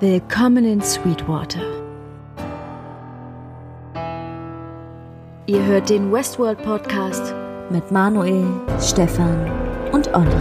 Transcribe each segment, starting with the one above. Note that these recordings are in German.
Willkommen in Sweetwater. Ihr hört den Westworld Podcast mit Manuel, Stefan und Olli.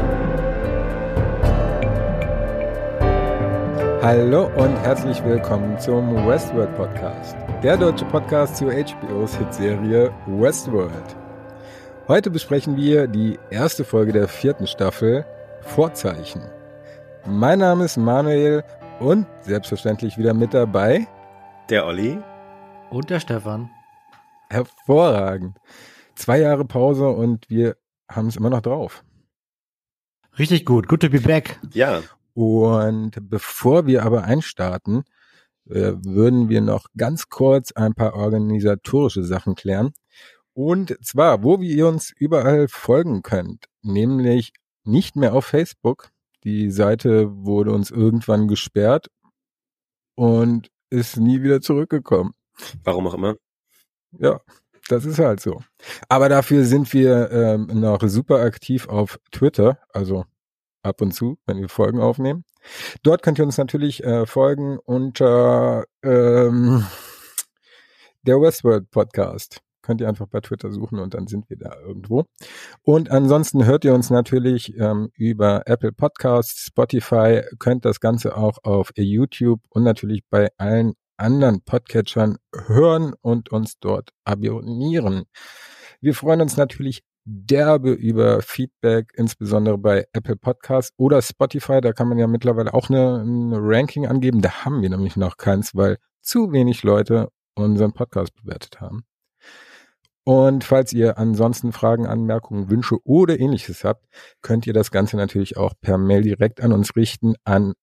Hallo und herzlich willkommen zum Westworld Podcast, der deutsche Podcast zu HBO's Hitserie Westworld. Heute besprechen wir die erste Folge der 4. Staffel, Vorzeichen. Mein Name ist Manuel und selbstverständlich wieder mit dabei der Olli und der Stefan. Hervorragend. 2 Jahre Pause und wir haben es immer noch drauf. Richtig gut. Good to be back. Ja. Und bevor wir aber einstarten, würden wir noch ganz kurz ein paar organisatorische Sachen klären. Und zwar, wo ihr uns überall folgen könnt, nämlich nicht mehr auf Facebook. Die Seite wurde uns irgendwann gesperrt und ist nie wieder zurückgekommen. Warum auch immer. Ja, das ist halt so. Aber dafür sind wir noch super aktiv auf Twitter, also ab und zu, wenn wir Folgen aufnehmen. Dort könnt ihr uns natürlich folgen unter der Westworld Podcast. Könnt ihr einfach bei Twitter suchen und dann sind wir da irgendwo. Und ansonsten hört ihr uns natürlich über Apple Podcasts, Spotify, könnt das Ganze auch auf YouTube und natürlich bei allen anderen Podcatchern hören und uns dort abonnieren. Wir freuen uns natürlich derbe über Feedback, insbesondere bei Apple Podcasts oder Spotify. Da kann man ja mittlerweile auch ein Ranking angeben. Da haben wir nämlich noch keins, weil zu wenig Leute unseren Podcast bewertet haben. Und falls ihr ansonsten Fragen, Anmerkungen, Wünsche oder ähnliches habt, könnt ihr das Ganze natürlich auch per Mail direkt an uns richten an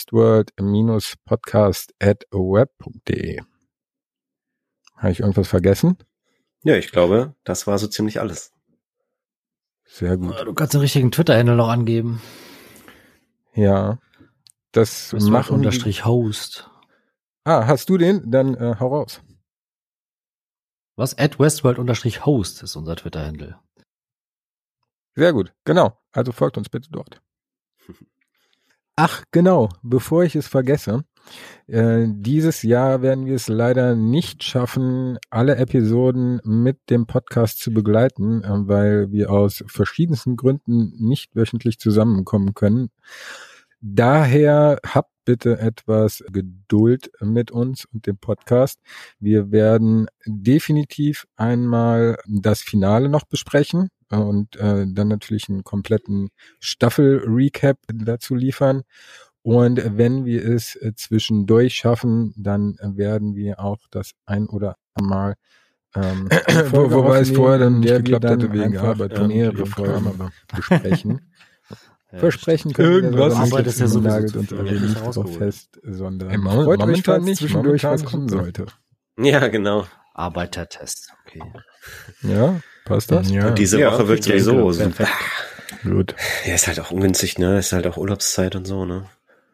westworld-podcast@web.de. Habe ich irgendwas vergessen? Ja, ich glaube, das war so ziemlich alles. Sehr gut. Du kannst den richtigen Twitter-Handle noch angeben. Ja, das machen _host. Hast du den? Dann hau raus. Was? @westworld_host ist unser Twitter-Handle. Sehr gut, genau. Also folgt uns bitte dort. Ach, genau, bevor ich es vergesse, dieses Jahr werden wir es leider nicht schaffen, alle Episoden mit dem Podcast zu begleiten, weil wir aus verschiedensten Gründen nicht wöchentlich zusammenkommen können. Daher habt bitte etwas Geduld mit uns und dem Podcast. Wir werden definitiv einmal das Finale noch besprechen und dann natürlich einen kompletten Staffel-Recap dazu liefern. Und wenn wir es zwischendurch schaffen, dann werden wir auch das ein oder andere Mal wobei es vorher dann nicht geklappt hätte wegen Arbeit mehrere Folgen besprechen. Ja, versprechen können irgendwas wir aber das ja so nagelt uns aber nicht drauf fest, sondern freut euch, falls nicht zwischendurch was kommen sollte. Ja, genau. Arbeitertest, okay. Ja, passt das? Ja. Und diese Woche wird sowieso super. Gut. Ja, ist halt auch ungünstig, ne? Ist halt auch Urlaubszeit und so, ne?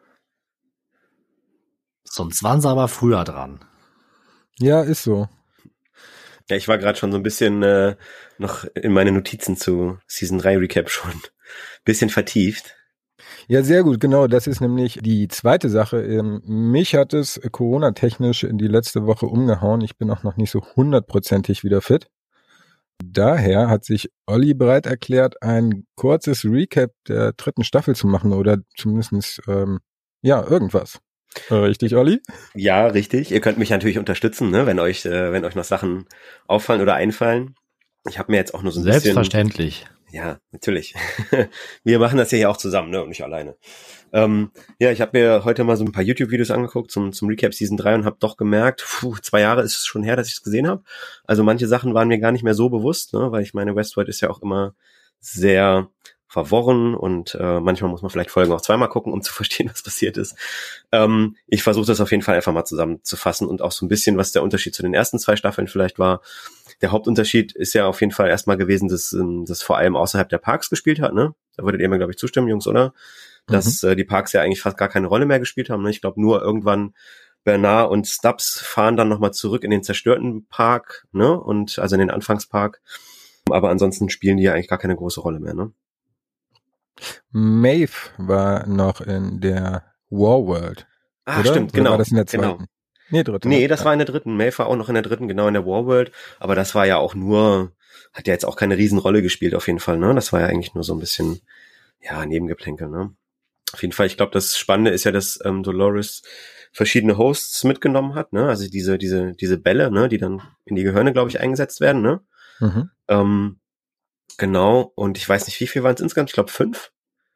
Sonst waren sie aber früher dran. Ja, ist so. Ja, ich war gerade schon so ein bisschen noch in meine Notizen zu Season 3 Recap schon bisschen vertieft. Ja, sehr gut, genau. Das ist nämlich die zweite Sache. Mich hat es Corona-technisch in die letzte Woche umgehauen. Ich bin auch noch nicht so 100%ig wieder fit. Daher hat sich Olli bereit erklärt, ein kurzes Recap der 3. Staffel zu machen oder zumindest, irgendwas. Richtig, Olli? Ja, richtig. Ihr könnt mich natürlich unterstützen, ne, wenn euch noch Sachen auffallen oder einfallen. Ich habe mir jetzt auch nur so ein Selbstverständlich. bisschen... Ja, natürlich. Wir machen das ja auch zusammen, ne, und nicht alleine. Ich habe mir heute mal so ein paar YouTube-Videos angeguckt zum Recap Season 3 und habe doch gemerkt, 2 Jahre ist es schon her, dass ich es gesehen habe. Also manche Sachen waren mir gar nicht mehr so bewusst, ne, weil ich meine, Westworld ist ja auch immer sehr verworren und manchmal muss man vielleicht Folgen auch zweimal gucken, um zu verstehen, was passiert ist. Ich versuche das auf jeden Fall einfach mal zusammenzufassen und auch so ein bisschen, was der Unterschied zu den ersten 2 Staffeln vielleicht war. Der Hauptunterschied ist ja auf jeden Fall erstmal gewesen, dass das vor allem außerhalb der Parks gespielt hat, ne? Da würdet ihr mir, glaube ich, zustimmen, Jungs, oder? Dass die Parks ja eigentlich fast gar keine Rolle mehr gespielt haben, ne? Ich glaube, nur irgendwann Bernard und Stubbs fahren dann nochmal zurück in den zerstörten Park, ne? Und also in den Anfangspark. Aber ansonsten spielen die ja eigentlich gar keine große Rolle mehr, ne? Maeve war noch in der Warworld. Ah, oder? stimmt, Oder genau. war das in der Genau. zweiten? Nee, dritte. Nee, Ne? das war in der dritten. Maeve war auch noch in der dritten, genau in der Warworld. Aber das war ja auch nur, hat ja jetzt auch keine Riesenrolle gespielt auf jeden Fall, ne? Das war ja eigentlich nur so ein bisschen, ja, Nebengeplänkel, ne? Auf jeden Fall, ich glaube, das Spannende ist ja, dass Dolores verschiedene Hosts mitgenommen hat, ne? Also diese Bälle, ne, die dann in die Gehirne, glaube ich, eingesetzt werden, ne? Mhm. Genau, und ich weiß nicht, wie viel waren es insgesamt? Ich glaube 5.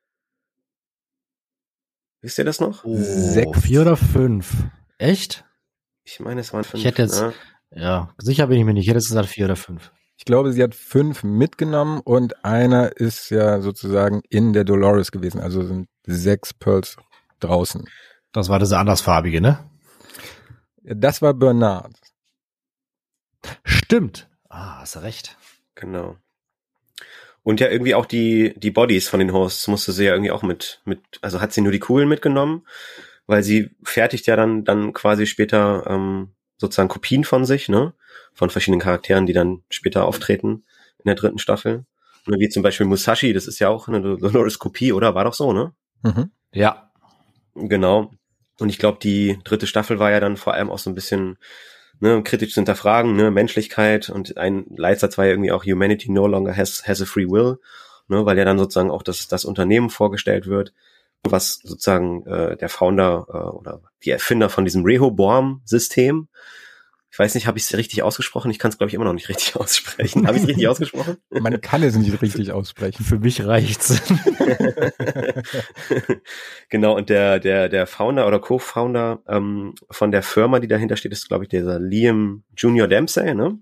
Wisst ihr das noch? Oh, 6. 4 oder 5. Echt? Ich meine, es waren 5. Ich hätte jetzt, ne? ja, sicher bin ich mir nicht. Ich hätte jetzt gesagt 4 oder 5. Ich glaube, sie hat 5 mitgenommen und einer ist ja sozusagen in der Dolores gewesen. Also sind 6 Pearls draußen. Das war diese andersfarbige, ne? Das war Bernard. Stimmt. Ah, hast du recht. Genau. Und ja, irgendwie auch die Bodies von den Hosts musste sie ja irgendwie auch also hat sie nur die coolen mitgenommen, weil sie fertigt ja dann quasi später sozusagen Kopien von sich, ne? Von verschiedenen Charakteren, die dann später auftreten in der dritten Staffel. Ne, wie zum Beispiel Musashi, das ist ja auch eine Dolores-Kopie, oder? War doch so, ne? Mhm. Ja. Genau. Und ich glaube, die dritte Staffel war ja dann vor allem auch so ein bisschen kritisch zu hinterfragen, ne, Menschlichkeit, und ein Leitsatz war ja irgendwie auch Humanity no longer has a free will, ne, weil ja dann sozusagen auch das Unternehmen vorgestellt wird, was sozusagen der Founder oder die Erfinder von diesem Rehoboam-System, ich weiß nicht, habe ich es richtig ausgesprochen? Ich kann es, glaube ich, immer noch nicht richtig aussprechen. Habe ich es richtig ausgesprochen? Man kann es nicht richtig aussprechen. Für mich reicht's. Genau, und der Founder oder Co-Founder von der Firma, die dahinter steht, ist, glaube ich, dieser Liam Junior Dempsey, ne?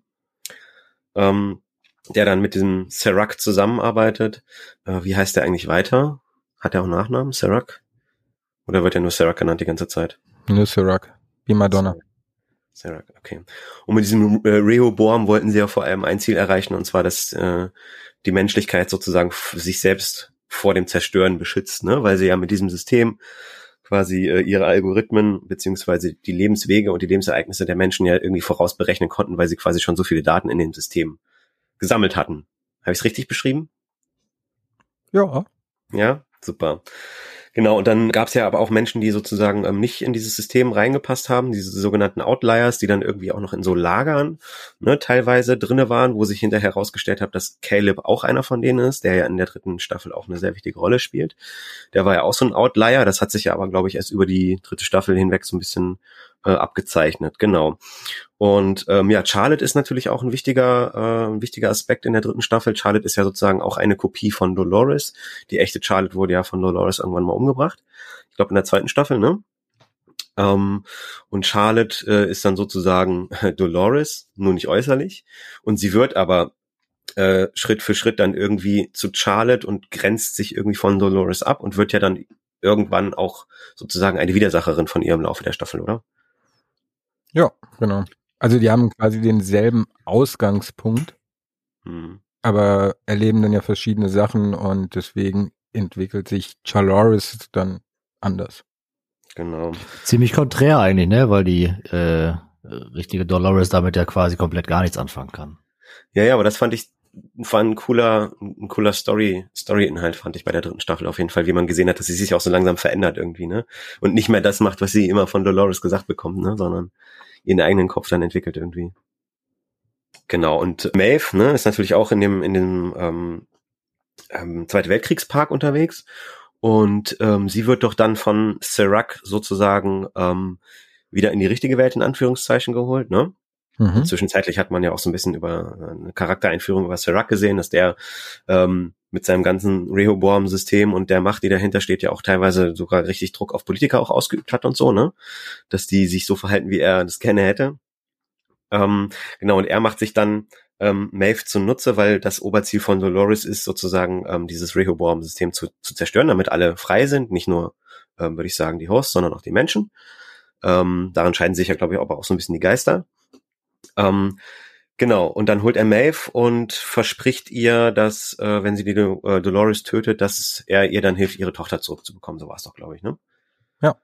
Der dann mit diesem Serac zusammenarbeitet. Wie heißt der eigentlich weiter? Hat er auch einen Nachnamen? Serac? Oder wird er nur Serac genannt die ganze Zeit? Nur Serac, wie Madonna. Serac, okay. Und mit diesem Rehoboam wollten sie ja vor allem ein Ziel erreichen, und zwar, dass die Menschlichkeit sozusagen sich selbst vor dem Zerstören beschützt, ne? Weil sie ja mit diesem System quasi ihre Algorithmen beziehungsweise die Lebenswege und die Lebensereignisse der Menschen ja irgendwie vorausberechnen konnten, weil sie quasi schon so viele Daten in dem System gesammelt hatten. Habe ich es richtig beschrieben? Ja. Ja, super. Genau, und dann gab es ja aber auch Menschen, die sozusagen nicht in dieses System reingepasst haben, diese sogenannten Outliers, die dann irgendwie auch noch in so Lagern teilweise drinne waren, wo sich hinterher herausgestellt hat, dass Caleb auch einer von denen ist, der ja in der dritten Staffel auch eine sehr wichtige Rolle spielt. Der war ja auch so ein Outlier, das hat sich ja aber, glaube ich, erst über die dritte Staffel hinweg so ein bisschen abgezeichnet, genau. Und Charlotte ist natürlich auch ein wichtiger Aspekt in der dritten Staffel. Charlotte ist ja sozusagen auch eine Kopie von Dolores. Die echte Charlotte wurde ja von Dolores irgendwann mal umgebracht. Ich glaube in der zweiten Staffel, ne? Und Charlotte ist dann sozusagen Dolores, nur nicht äußerlich. Und sie wird aber Schritt für Schritt dann irgendwie zu Charlotte und grenzt sich irgendwie von Dolores ab und wird ja dann irgendwann auch sozusagen eine Widersacherin von ihr im Laufe der Staffel, oder? Ja, genau. Also die haben quasi denselben Ausgangspunkt, aber erleben dann ja verschiedene Sachen und deswegen entwickelt sich Charloris dann anders. Genau. Ziemlich konträr eigentlich, ne? Weil die richtige Dolores damit ja quasi komplett gar nichts anfangen kann. Ja, aber das war ein cooler Story-Inhalt, fand ich bei der dritten Staffel auf jeden Fall, wie man gesehen hat, dass sie sich auch so langsam verändert irgendwie, ne? Und nicht mehr das macht, was sie immer von Dolores gesagt bekommt, ne? Sondern ihren eigenen Kopf dann entwickelt irgendwie. Genau, und Maeve, ne, ist natürlich auch in dem Zweite Weltkriegspark unterwegs, und sie wird doch dann von Serac sozusagen wieder in die richtige Welt in Anführungszeichen geholt, ne? Mhm. Zwischenzeitlich hat man ja auch so ein bisschen über eine Charaktereinführung über Serac gesehen, dass der mit seinem ganzen Rehoboam-System und der Macht, die dahinter steht, ja auch teilweise sogar richtig Druck auf Politiker auch ausgeübt hat und so, ne? Dass die sich so verhalten, wie er das gerne hätte. Genau, und er macht sich dann Maeve zunutze, weil das Oberziel von Dolores ist, sozusagen dieses Rehoboam-System zu zerstören, damit alle frei sind, nicht nur, würde ich sagen, die Hosts, sondern auch die Menschen. Daran scheiden sich ja, glaube ich, aber auch so ein bisschen die Geister. Genau, und dann holt er Maeve und verspricht ihr, dass, wenn sie die Dolores tötet, dass er ihr dann hilft, ihre Tochter zurückzubekommen. So war es doch, glaube ich, ne? Ja.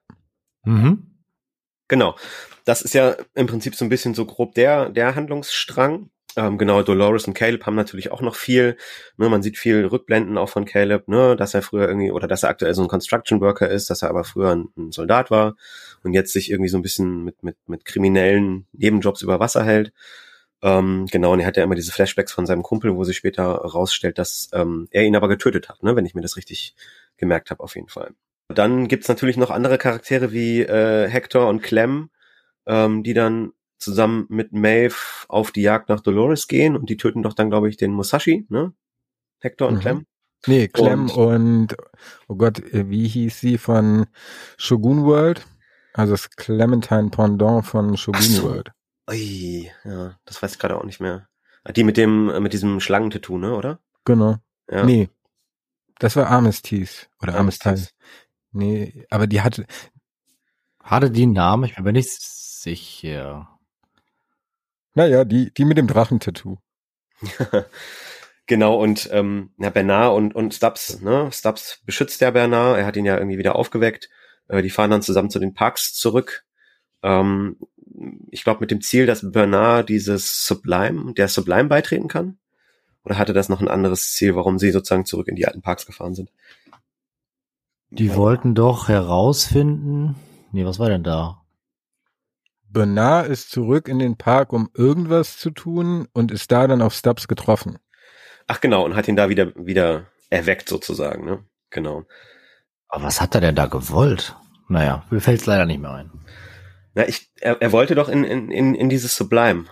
Genau. Das ist ja im Prinzip so ein bisschen so grob der Handlungsstrang. Genau, Dolores und Caleb haben natürlich auch noch viel, ne, man sieht viel Rückblenden auch von Caleb, ne, dass er früher irgendwie, oder dass er aktuell so ein Construction Worker ist, dass er aber früher ein Soldat war und jetzt sich irgendwie so ein bisschen mit kriminellen Nebenjobs über Wasser hält. Genau, und er hat ja immer diese Flashbacks von seinem Kumpel, wo sich später rausstellt, dass er ihn aber getötet hat, ne, wenn ich mir das richtig gemerkt habe, auf jeden Fall. Dann gibt's natürlich noch andere Charaktere wie Hector und Clem, die dann zusammen mit Maeve auf die Jagd nach Dolores gehen und die töten doch dann, glaube ich, den Musashi, ne? Hector und Clem. Nee, Clem und oh Gott, wie hieß sie von Shogun World? Also das Clementine Pendant von Shogun World. Ui, ja, das weiß ich gerade auch nicht mehr. Die mit diesem Schlangentattoo, ne, oder? Genau. Ja. Nee, das war Armistice oder Armistice. Armistice. Nee, aber die hatte die einen Namen? Ich bin mir nicht sicher. Naja, die mit dem Drachentattoo. Genau, und Bernard und Stubbs, ne? Stubbs beschützt ja Bernard, er hat ihn ja irgendwie wieder aufgeweckt. Die fahren dann zusammen zu den Parks zurück. Ich glaube mit dem Ziel, dass Bernard der Sublime beitreten kann. Oder hatte das noch ein anderes Ziel, warum sie sozusagen zurück in die alten Parks gefahren sind? Die wollten doch herausfinden. Nee, was war denn da? Bernard ist zurück in den Park, um irgendwas zu tun und ist da dann auf Stubbs getroffen. Ach genau, und hat ihn da wieder erweckt sozusagen, ne? Genau. Aber was hat er denn da gewollt? Naja, mir fällt's leider nicht mehr ein. Na, er wollte doch in dieses Sublime,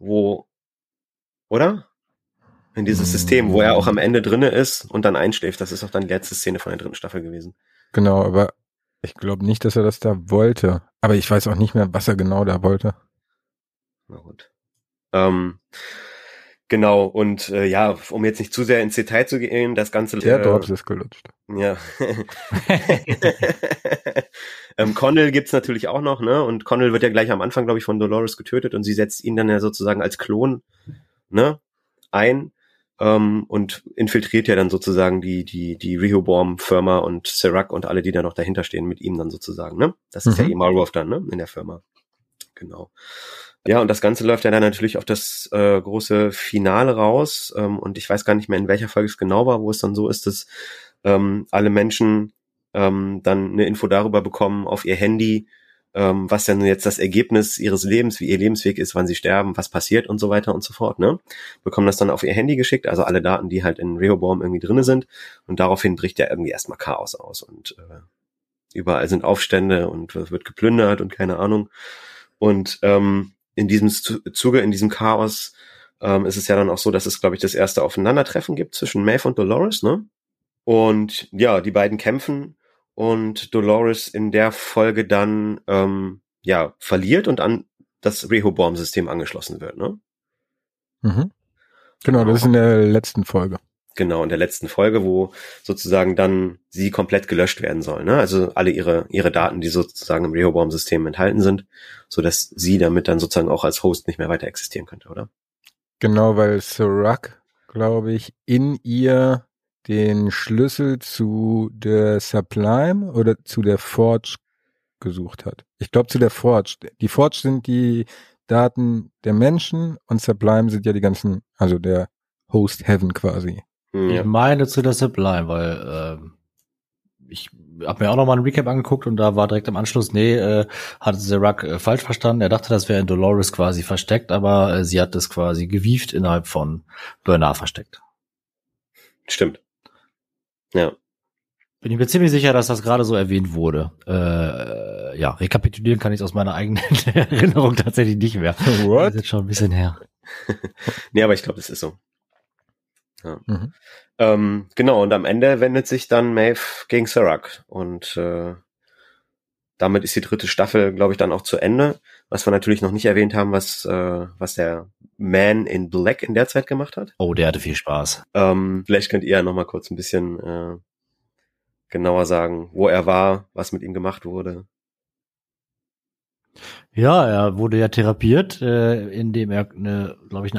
oder? In dieses System, wo er auch am Ende drinne ist und dann einschläft. Das ist auch dann die letzte Szene von der 3. Staffel gewesen. Genau, aber ich glaube nicht, dass er das da wollte. Aber ich weiß auch nicht mehr, was er genau da wollte. Na gut. Genau, und um jetzt nicht zu sehr ins Detail zu gehen, das Ganze... Der Drops ist gelutscht. Ja. Connell gibt's natürlich auch noch, ne? Und Connell wird ja gleich am Anfang, glaube ich, von Dolores getötet und sie setzt ihn dann ja sozusagen als Klon, ne, ein und infiltriert ja dann sozusagen die Rehoboam-Firma und Serac und alle, die da noch dahinter stehen, mit ihm dann sozusagen, ne? Das ist ja Marlowe dann, ne? In der Firma. Genau. Ja, und das Ganze läuft ja dann natürlich auf das große Finale raus und ich weiß gar nicht mehr, in welcher Folge es genau war, wo es dann so ist, dass alle Menschen dann eine Info darüber bekommen auf ihr Handy, was denn jetzt das Ergebnis ihres Lebens, wie ihr Lebensweg ist, wann sie sterben, was passiert und so weiter und so fort, ne? Bekommen das dann auf ihr Handy geschickt, also alle Daten, die halt in Rehoboam irgendwie drinne sind und daraufhin bricht ja irgendwie erstmal Chaos aus und überall sind Aufstände und wird geplündert und keine Ahnung. Und in diesem Zuge, in diesem Chaos ist es ja dann auch so, dass es, glaube ich, das erste Aufeinandertreffen gibt zwischen Maeve und Dolores, ne? Und ja, die beiden kämpfen und Dolores in der Folge dann verliert und an das Rehoboam-System angeschlossen wird, ne? Mhm. Genau, das ist in der letzten Folge. Genau, in der letzten Folge, wo sozusagen dann sie komplett gelöscht werden soll, ne? Also alle ihre Daten, die sozusagen im Rehoboam-System enthalten sind, so dass sie damit dann sozusagen auch als Host nicht mehr weiter existieren könnte, oder? Genau, weil Serac, glaube ich, in ihr den Schlüssel zu der Sublime oder zu der Forge gesucht hat. Ich glaube zu der Forge. Die Forge sind die Daten der Menschen und Sublime sind ja die ganzen, also der Host Heaven quasi. Ja. Ich meine zu der Sublime, weil ich habe mir auch noch mal einen Recap angeguckt und da war direkt am Anschluss, hatte Serac falsch verstanden. Er dachte, das wäre in Dolores quasi versteckt, aber sie hat es quasi gewieft innerhalb von Bernard versteckt. Stimmt. Ja. Bin ich mir ziemlich sicher, dass das gerade so erwähnt wurde. Rekapitulieren kann ich es aus meiner eigenen Erinnerung tatsächlich nicht mehr. What? Das ist jetzt schon ein bisschen her. Nee, aber ich glaube, das ist so. Ja. Genau, und am Ende wendet sich dann Maeve gegen Serac und damit ist die 3. Staffel, glaube ich, dann auch zu Ende. Was wir natürlich noch nicht erwähnt haben, was der Man in Black in der Zeit gemacht hat. Oh, der hatte viel Spaß. Vielleicht könnt ihr ja noch mal kurz ein bisschen genauer sagen, wo er war, was mit ihm gemacht wurde. Ja, er wurde ja therapiert, indem er eine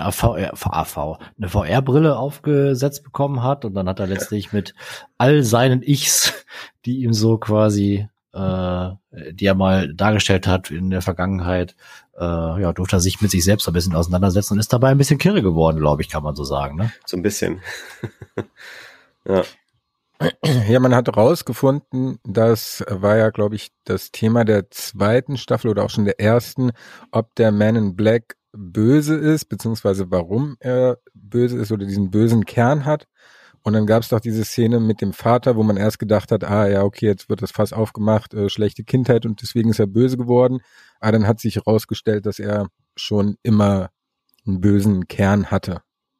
VR-Brille aufgesetzt bekommen hat und dann hat er letztlich mit all seinen Ichs, die ihm so quasi die er mal dargestellt hat in der Vergangenheit, durfte er sich mit sich selbst ein bisschen auseinandersetzen und ist dabei ein bisschen kirre geworden, glaube ich, kann man so sagen, ne? So ein bisschen. Ja. Ja, man hat herausgefunden, das war ja, glaube ich, das Thema der zweiten Staffel oder auch schon der ersten, ob der Man in Black böse ist, beziehungsweise warum er böse ist oder diesen bösen Kern hat. Und dann gab es doch diese Szene mit dem Vater, wo man erst gedacht hat, ja, okay, jetzt wird das Fass aufgemacht, schlechte Kindheit und deswegen ist er böse geworden. Aber dann hat sich herausgestellt, dass er schon immer einen bösen Kern hatte.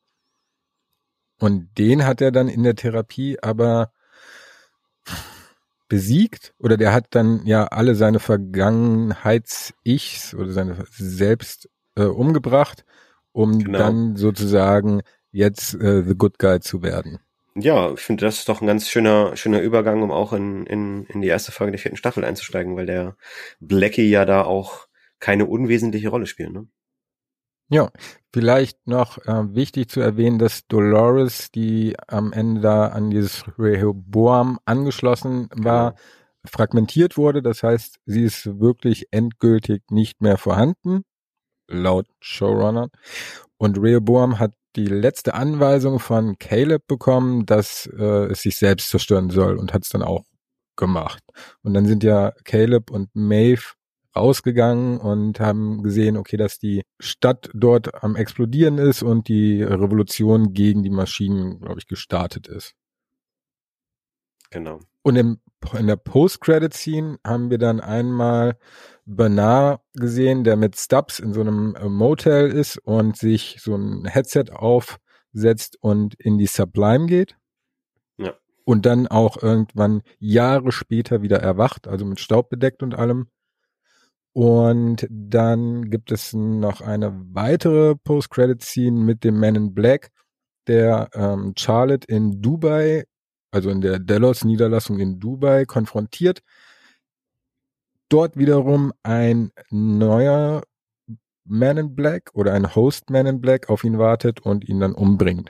Und den hat er dann in der Therapie aber besiegt, oder der hat dann ja alle seine Vergangenheits-Ichs oder seine selbst umgebracht, um dann sozusagen jetzt the good guy zu werden. Ja, ich finde, das ist doch ein ganz schöner Übergang, um auch in die erste Folge der 4. Staffel einzusteigen, weil der Blackie ja da auch keine unwesentliche Rolle spielt, ne? Ja, vielleicht noch wichtig zu erwähnen, dass Dolores, die am Ende da an dieses Rehoboam angeschlossen war, fragmentiert wurde. Das heißt, sie ist wirklich endgültig nicht mehr vorhanden, laut Showrunner. Und Rehoboam hat die letzte Anweisung von Caleb bekommen, dass es sich selbst zerstören soll und hat es dann auch gemacht. Und dann sind ja Caleb und Maeve rausgegangen und haben gesehen, okay, dass die Stadt dort am explodieren ist und die Revolution gegen die Maschinen, glaube ich, gestartet ist. Genau. Und in der Post-Credit-Scene haben wir dann einmal Bernard gesehen, der mit Stubbs in so einem Motel ist und sich so ein Headset aufsetzt und in die Sublime geht. Ja. Und dann auch irgendwann Jahre später wieder erwacht, also mit Staub bedeckt und allem. Und dann gibt es noch eine weitere Post-Credit-Scene mit dem Man in Black, der Charlotte in Dubai, also in der Delos-Niederlassung in Dubai, konfrontiert. Dort wiederum ein neuer Man in Black oder ein Host Man in Black auf ihn wartet und ihn dann umbringt.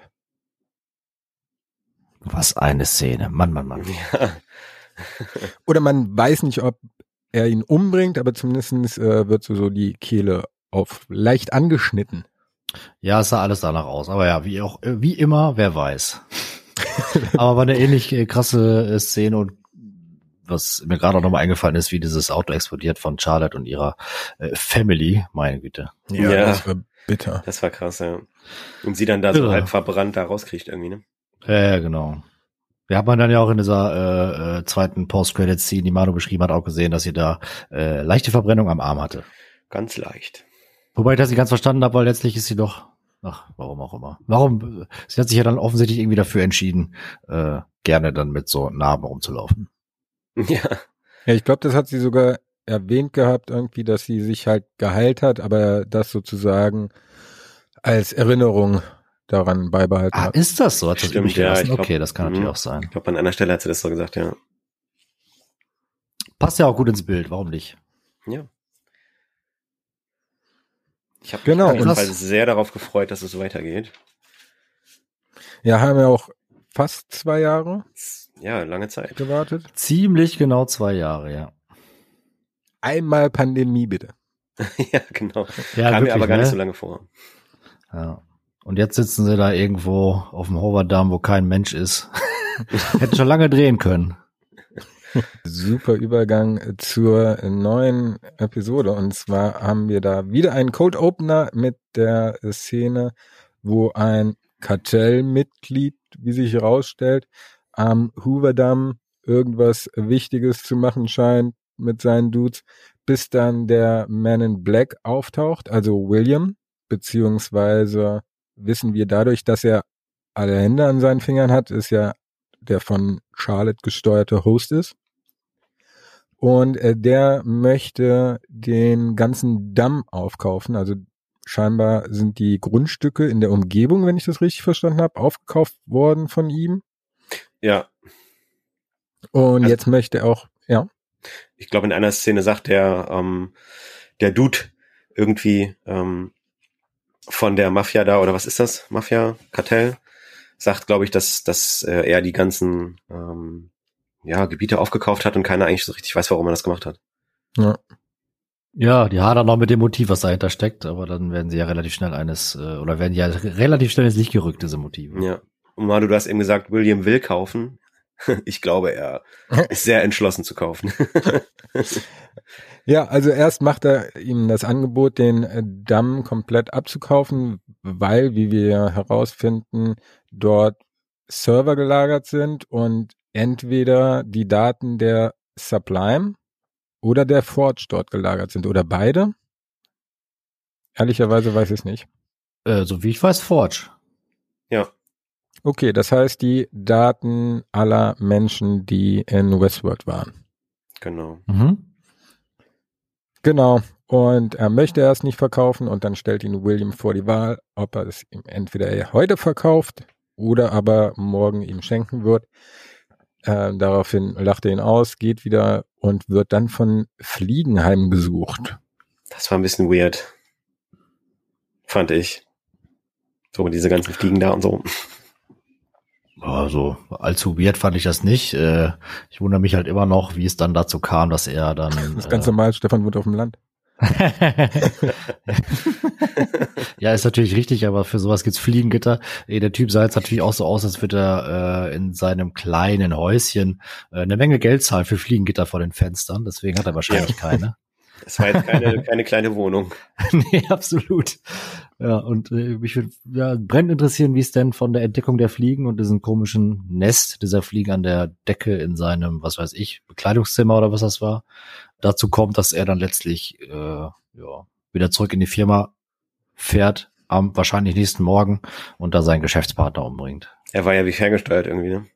Was eine Szene. Mann. Ja. Oder man weiß nicht, ob er ihn umbringt, aber zumindest wird so die Kehle auf leicht angeschnitten. Ja, es sah alles danach aus. Aber ja, wie immer, wer weiß. Aber war eine ähnlich krasse Szene und was mir gerade auch nochmal eingefallen ist, wie dieses Auto explodiert von Charlotte und ihrer Family. Meine Güte. Ja, das war bitter. Das war krass, ja. Und sie dann da so halb verbrannt da rauskriegt irgendwie, ne? Ja, genau. Wir haben dann ja auch in dieser zweiten Post-Credit-Scene, die Manu beschrieben hat, auch gesehen, dass sie da leichte Verbrennung am Arm hatte. Ganz leicht. Wobei ich das nicht ganz verstanden habe, weil letztlich ist sie doch, warum auch immer. Sie hat sich ja dann offensichtlich irgendwie dafür entschieden, gerne dann mit so Narben rumzulaufen. Ja. Ja, ich glaube, das hat sie sogar erwähnt gehabt, irgendwie, dass sie sich halt geheilt hat, aber das sozusagen als Erinnerung daran beibehalten hat. Ist das so? Hat das Stimmt, ja. Okay, das kann natürlich auch sein. Ich glaube, an einer Stelle hat sie das so gesagt, ja. Passt ja auch gut ins Bild, warum nicht? Ja. Ich habe mich auf jeden Fall sehr darauf gefreut, dass es so weitergeht. Ja, haben wir auch fast 2 Jahre. Ja, lange Zeit. Gewartet. Ziemlich genau 2 Jahre, ja. Einmal Pandemie, bitte. Ja, genau. Ja, kam wirklich, mir aber gar ne? nicht so lange vor. Ja. Und jetzt sitzen sie da irgendwo auf dem Hoverdamm, wo kein Mensch ist. Hätten schon lange drehen können. Super Übergang zur neuen Episode. Und zwar haben wir da wieder einen Cold Opener mit der Szene, wo ein Kartellmitglied, wie sich herausstellt, am Hooverdamm irgendwas Wichtiges zu machen scheint mit seinen Dudes, bis dann der Man in Black auftaucht, also William, beziehungsweise wissen wir dadurch, dass er alle Hände an seinen Fingern hat, ist ja der von Charlotte gesteuerte Host ist. Und der möchte den ganzen Damm aufkaufen. Also scheinbar sind die Grundstücke in der Umgebung, wenn ich das richtig verstanden habe, aufgekauft worden von ihm. Ja. Und also, jetzt möchte er auch, ja. Ich glaube, in einer Szene sagt der Dude irgendwie von der Mafia da, oder was ist das? Mafia, Kartell? Sagt, glaube ich, dass er die ganzen Gebiete aufgekauft hat und keiner eigentlich so richtig weiß, warum er das gemacht hat. Ja. Ja, die hadern noch mit dem Motiv, was dahinter steckt, aber dann werden sie ja relativ schnell relativ schnell ins Licht gerückt, diese Motive. Ja. Und Manu, du hast eben gesagt, William will kaufen. Ich glaube, er ist sehr entschlossen zu kaufen. Ja, also erst macht er ihm das Angebot, den Damm komplett abzukaufen, weil, wie wir herausfinden, dort Server gelagert sind und entweder die Daten der Sublime oder der Forge dort gelagert sind oder beide. Ehrlicherweise weiß ich es nicht. So wie ich weiß, Forge. Ja. Okay, das heißt die Daten aller Menschen, die in Westworld waren. Genau. Mhm. Genau. Und er möchte es nicht verkaufen und dann stellt ihn William vor die Wahl, ob er es ihm entweder heute verkauft oder aber morgen ihm schenken wird. Daraufhin lacht er ihn aus, geht wieder und wird dann von Fliegen heimgesucht. Das war ein bisschen weird. Fand ich. So, diese ganzen Fliegen da und so. Also allzu weird fand ich das nicht. Ich wundere mich halt immer noch, wie es dann dazu kam, dass er dann... Das ist ganz normal, Stefan wohnt auf dem Land. Ja, ist natürlich richtig, aber für sowas gibt's Fliegengitter. Der Typ sah jetzt natürlich auch so aus, als würde er in seinem kleinen Häuschen eine Menge Geld zahlen für Fliegengitter vor den Fenstern. Deswegen hat er wahrscheinlich keine. Das war jetzt keine kleine Wohnung. Nee, absolut. Ja, und mich würde brennend interessieren, wie es denn von der Entdeckung der Fliegen und diesem komischen Nest dieser Fliegen an der Decke in seinem, was weiß ich, Bekleidungszimmer oder was das war, dazu kommt, dass er dann letztlich wieder zurück in die Firma fährt, am wahrscheinlich nächsten Morgen und da seinen Geschäftspartner umbringt. Er war ja wie ferngesteuert irgendwie, ne?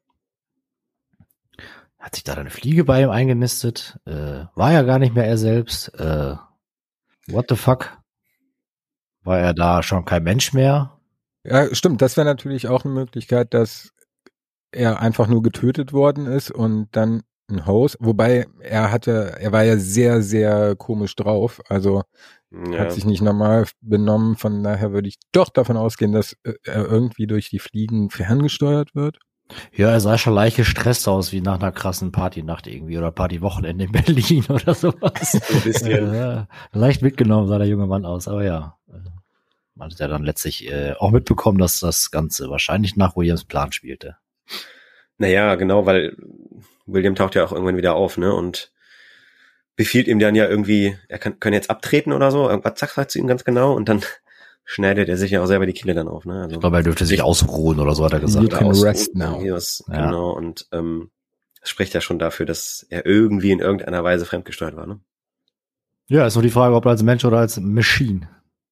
Hat sich da eine Fliege bei ihm eingenistet? War ja gar nicht mehr er selbst. What the fuck? War er da schon kein Mensch mehr? Ja, stimmt. Das wäre natürlich auch eine Möglichkeit, dass er einfach nur getötet worden ist und dann ein Host, wobei er war ja sehr, sehr komisch drauf, also hat sich nicht normal benommen, von daher würde ich doch davon ausgehen, dass er irgendwie durch die Fliegen ferngesteuert wird. Ja, er sah schon leicht gestresst aus, wie nach einer krassen Partynacht irgendwie oder Partywochenende in Berlin oder sowas. Ein bisschen. Leicht mitgenommen sah der junge Mann aus, aber ja. Man hat ja dann letztlich auch mitbekommen, dass das Ganze wahrscheinlich nach Williams Plan spielte. Naja, genau, weil William taucht ja auch irgendwann wieder auf, ne, und befiehlt ihm dann ja irgendwie, er kann jetzt abtreten oder so, irgendwas sagt er zu ihm ganz genau und dann schneidet er sich ja auch selber die Kehle dann auf, ne. Also ich glaube, er dürfte sich ausruhen oder so, hat er gesagt. You can rest now. Genau, und das spricht ja schon dafür, dass er irgendwie in irgendeiner Weise fremdgesteuert war, ne. Ja, ist nur die Frage, ob als Mensch oder als Machine.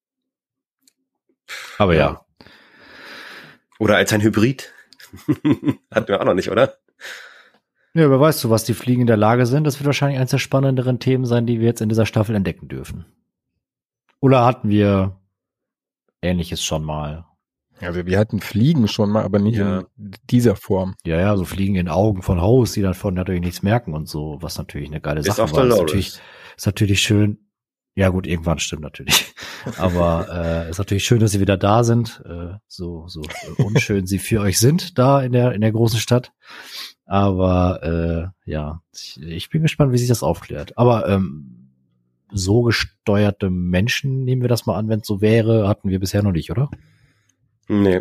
Aber ja. Oder als ein Hybrid. Hatten wir auch noch nicht, oder? Ja, wer weiß, zu was die Fliegen in der Lage sind. Das wird wahrscheinlich eines der spannenderen Themen sein, die wir jetzt in dieser Staffel entdecken dürfen. Oder hatten wir Ähnliches schon mal? Also wir hatten Fliegen schon mal, aber nicht in dieser Form. Ja, so Fliegen in Augen von Host, die davon natürlich nichts merken und so, was natürlich eine geile Sache war. Ist natürlich schön. Ja gut, irgendwann stimmt natürlich. Aber ist natürlich schön, dass sie wieder da sind. So unschön sie für euch sind da in der großen Stadt. Aber ich bin gespannt, wie sich das aufklärt. Aber so gesteuerte Menschen, nehmen wir das mal an, wenn es so wäre, hatten wir bisher noch nicht, oder? Nee.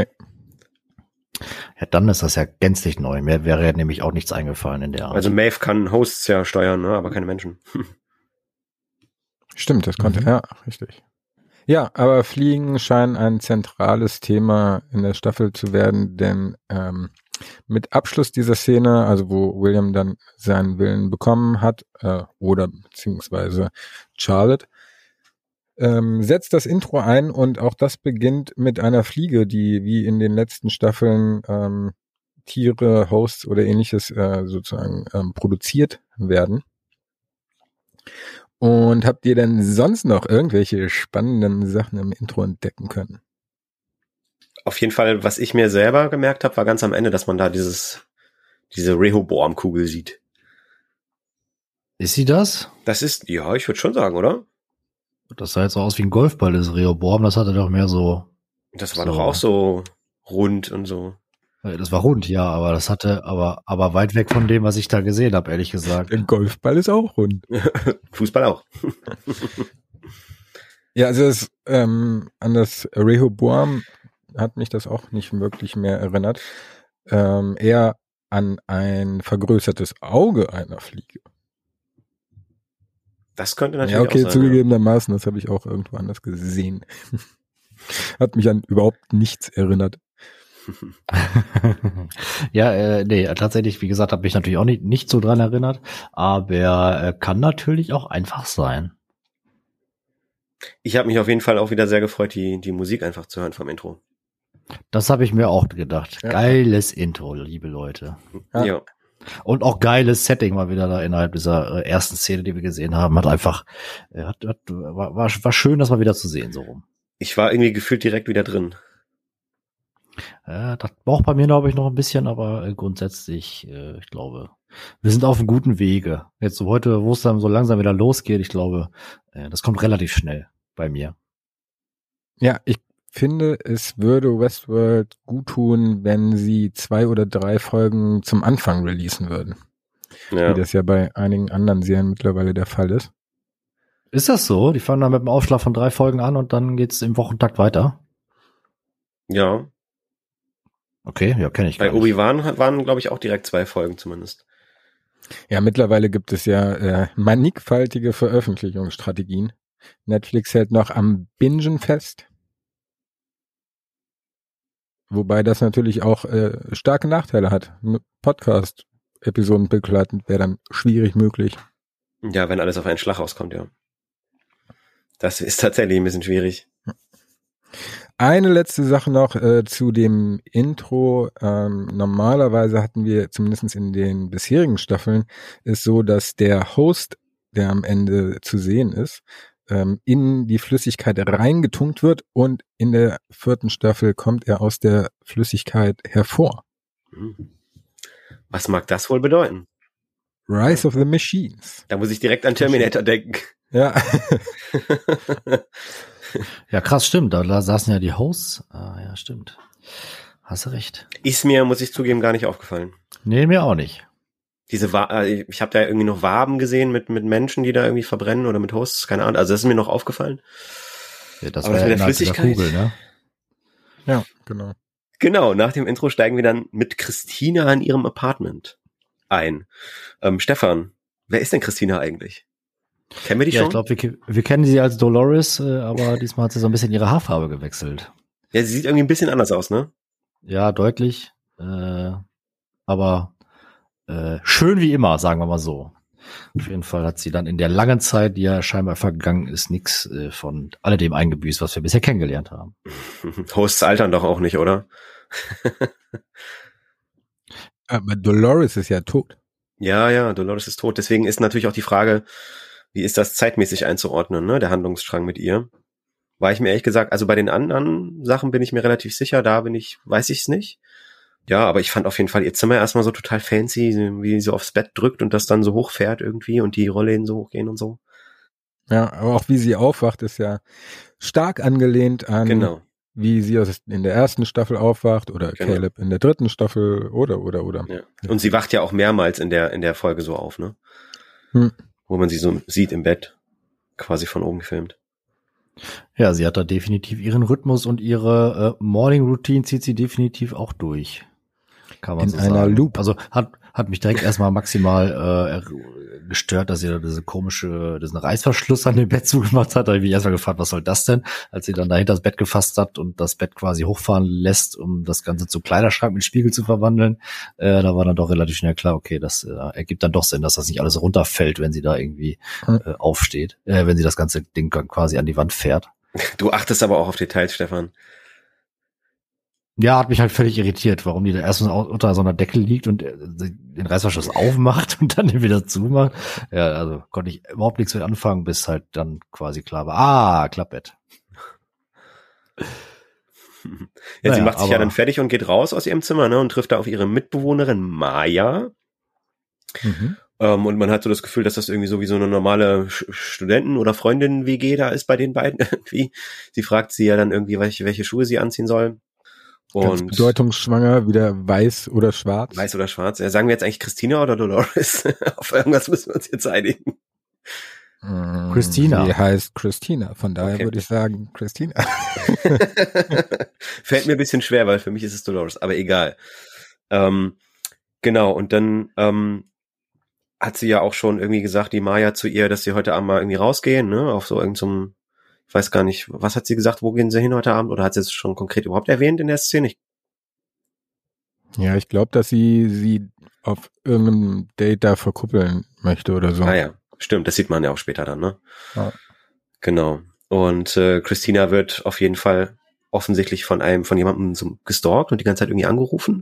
Ja, dann ist das ja gänzlich neu. Mir wäre ja nämlich auch nichts eingefallen in der Art. Also Maeve kann Hosts ja steuern, ne, aber keine Menschen. Stimmt, das konnte er, richtig. Ja, aber Fliegen scheinen ein zentrales Thema in der Staffel zu werden, denn mit Abschluss dieser Szene, also wo William dann seinen Willen bekommen hat, oder beziehungsweise Charlotte, setzt das Intro ein und auch das beginnt mit einer Fliege, die wie in den letzten Staffeln Tiere, Hosts oder ähnliches sozusagen produziert werden. Und habt ihr denn sonst noch irgendwelche spannenden Sachen im Intro entdecken können? Auf jeden Fall, was ich mir selber gemerkt habe, war ganz am Ende, dass man da diese Rehoboam-Kugel sieht. Ist sie das? Das ist, ja, ich würde schon sagen, oder? Das sah jetzt so aus wie ein Golfball, das Rehoboam, das hatte doch mehr so... Das war doch auch so rund und so. Das war rund, ja, aber das hatte, aber weit weg von dem, was ich da gesehen habe, ehrlich gesagt. Der Golfball ist auch rund. Fußball auch. Ja, also an das Rehoboam hat mich das auch nicht wirklich mehr erinnert. Eher an ein vergrößertes Auge einer Fliege. Das könnte natürlich ja, okay, auch sein. zugegebenermaßen, das habe ich auch irgendwo anders gesehen. Hat mich an überhaupt nichts erinnert. Ja, nee, tatsächlich, wie gesagt, habe ich natürlich auch nicht so dran erinnert, aber kann natürlich auch einfach sein. Ich habe mich auf jeden Fall auch wieder sehr gefreut, die Musik einfach zu hören vom Intro. Das habe ich mir auch gedacht. Ja. Geiles Intro, liebe Leute. Ja. Und auch geiles Setting mal wieder da innerhalb dieser ersten Szene, die wir gesehen haben. Hat einfach, war schön, das mal wieder zu sehen, so rum. Ich war irgendwie gefühlt direkt wieder drin. Das braucht bei mir, glaube ich, noch ein bisschen, aber grundsätzlich, ich glaube, wir sind auf einem guten Wege. Jetzt so heute, wo es dann so langsam wieder losgeht, ich glaube, das kommt relativ schnell bei mir. Ja, ich finde, es würde Westworld gut tun, wenn sie 2 oder 3 Folgen zum Anfang releasen würden. Ja. Wie das ja bei einigen anderen Serien mittlerweile der Fall ist. Ist das so? Die fangen dann mit einem Aufschlag von 3 Folgen an und dann geht's im Wochentakt weiter? Ja. Okay, ja, kenne ich gar nicht. Bei Obi-Wan waren, glaube ich, auch direkt 2 Folgen zumindest. Ja, mittlerweile gibt es ja mannigfaltige Veröffentlichungsstrategien. Netflix hält noch am Bingen fest. Wobei das natürlich auch starke Nachteile hat. Podcast-Episoden begleitend wäre dann schwierig möglich. Ja, wenn alles auf einen Schlag rauskommt, ja. Das ist tatsächlich ein bisschen schwierig. Eine letzte Sache noch zu dem Intro. Normalerweise hatten wir, zumindest in den bisherigen Staffeln, ist so, dass der Host, der am Ende zu sehen ist, in die Flüssigkeit reingetunkt wird und in der 4. Staffel kommt er aus der Flüssigkeit hervor. Was mag das wohl bedeuten? Rise of the Machines. Da muss ich direkt an Terminator denken. Ja. Ja, krass, stimmt. Da saßen ja die Hosts. Ja, stimmt. Hast du recht. Ist mir, muss ich zugeben, gar nicht aufgefallen. Nee, mir auch nicht. Ich habe da irgendwie noch Waben gesehen mit Menschen, die da irgendwie verbrennen oder mit Hosts, keine Ahnung. Also das ist mir noch aufgefallen. Ja, das war ja mit der Flüssigkeit. Kugel, ne? Ja, genau. Genau, nach dem Intro steigen wir dann mit Christina in ihrem Apartment ein. Stefan, wer ist denn Christina eigentlich? Kennen wir die schon? Ich glaube, wir kennen sie als Dolores, aber diesmal hat sie so ein bisschen ihre Haarfarbe gewechselt. Ja, sie sieht irgendwie ein bisschen anders aus, ne? Ja, deutlich. Aber schön wie immer, sagen wir mal so. Auf jeden Fall hat sie dann in der langen Zeit, die ja scheinbar vergangen ist, nichts von alledem eingebüßt, was wir bisher kennengelernt haben. Hosts altern doch auch nicht, oder? Aber Dolores ist ja tot. Ja, Dolores ist tot. Deswegen ist natürlich auch die Frage, wie ist das zeitmäßig einzuordnen, ne? Der Handlungsstrang mit ihr. War ich mir ehrlich gesagt, also bei den anderen Sachen bin ich mir relativ sicher, weiß ich es nicht. Ja, aber ich fand auf jeden Fall ihr Zimmer erstmal so total fancy, wie sie so aufs Bett drückt und das dann so hochfährt irgendwie und die Rollläden so hochgehen und so. Ja, aber auch wie sie aufwacht, ist ja stark angelehnt an, wie sie in der 1. Staffel aufwacht oder Caleb in der 3. Staffel oder. Ja. Und sie wacht ja auch mehrmals in der Folge so auf, ne? Wo man sie so sieht im Bett, quasi von oben gefilmt. Ja, sie hat da definitiv ihren Rhythmus und ihre Morning Routine zieht sie definitiv auch durch. Kann man in so einer sagen. Loop. Also hat mich direkt erstmal maximal gestört, dass sie da diesen Reißverschluss an dem Bett zugemacht hat. Da habe ich mich erstmal gefragt, was soll das denn? Als sie dann dahinter das Bett gefasst hat und das Bett quasi hochfahren lässt, um das Ganze zu Kleiderschrank mit Spiegel zu verwandeln, da war dann doch relativ schnell klar, okay, das ergibt dann doch Sinn, dass das nicht alles runterfällt, wenn sie da irgendwie aufsteht, wenn sie das ganze Ding quasi an die Wand fährt. Du achtest aber auch auf Details, Stefan. Ja, hat mich halt völlig irritiert, warum die da erst unter so einer Decke liegt und den Reißverschluss aufmacht und dann den wieder zumacht. Ja, also konnte ich überhaupt nichts mit anfangen, bis halt dann quasi klar war, Klappbett. Ja, sie macht sich ja dann fertig und geht raus aus ihrem Zimmer, ne, und trifft da auf ihre Mitbewohnerin Maya. Und man hat so das Gefühl, dass das irgendwie so wie so eine normale Studenten- oder Freundinnen-WG da ist bei den beiden irgendwie. Sie fragt sie ja dann irgendwie, welche Schuhe sie anziehen soll. Ganz Und bedeutungsschwanger, wieder weiß oder schwarz. weiß oder schwarz. Ja, sagen wir jetzt eigentlich Christina oder Dolores? Auf irgendwas müssen wir uns jetzt einigen. Christina. Sie heißt Christina, von daher Okay. würde ich sagen Christina. Fällt mir ein bisschen schwer, weil für mich ist es Dolores, aber egal. Genau, und dann hat sie ja auch schon irgendwie gesagt, die Maya zu ihr, dass sie heute Abend mal irgendwie rausgehen, ne, auf so irgendeinem, ich weiß gar nicht, was hat sie gesagt, wo gehen sie hin heute Abend, oder hat sie es schon konkret überhaupt erwähnt in der Szene? Ja, ich glaube, dass sie auf irgendeinem Date da verkuppeln möchte oder so. Ah ja, stimmt, das sieht man ja auch später dann, ne? Ja. Genau. Und Christina wird auf jeden Fall offensichtlich von jemandem so gestalkt und die ganze Zeit irgendwie angerufen.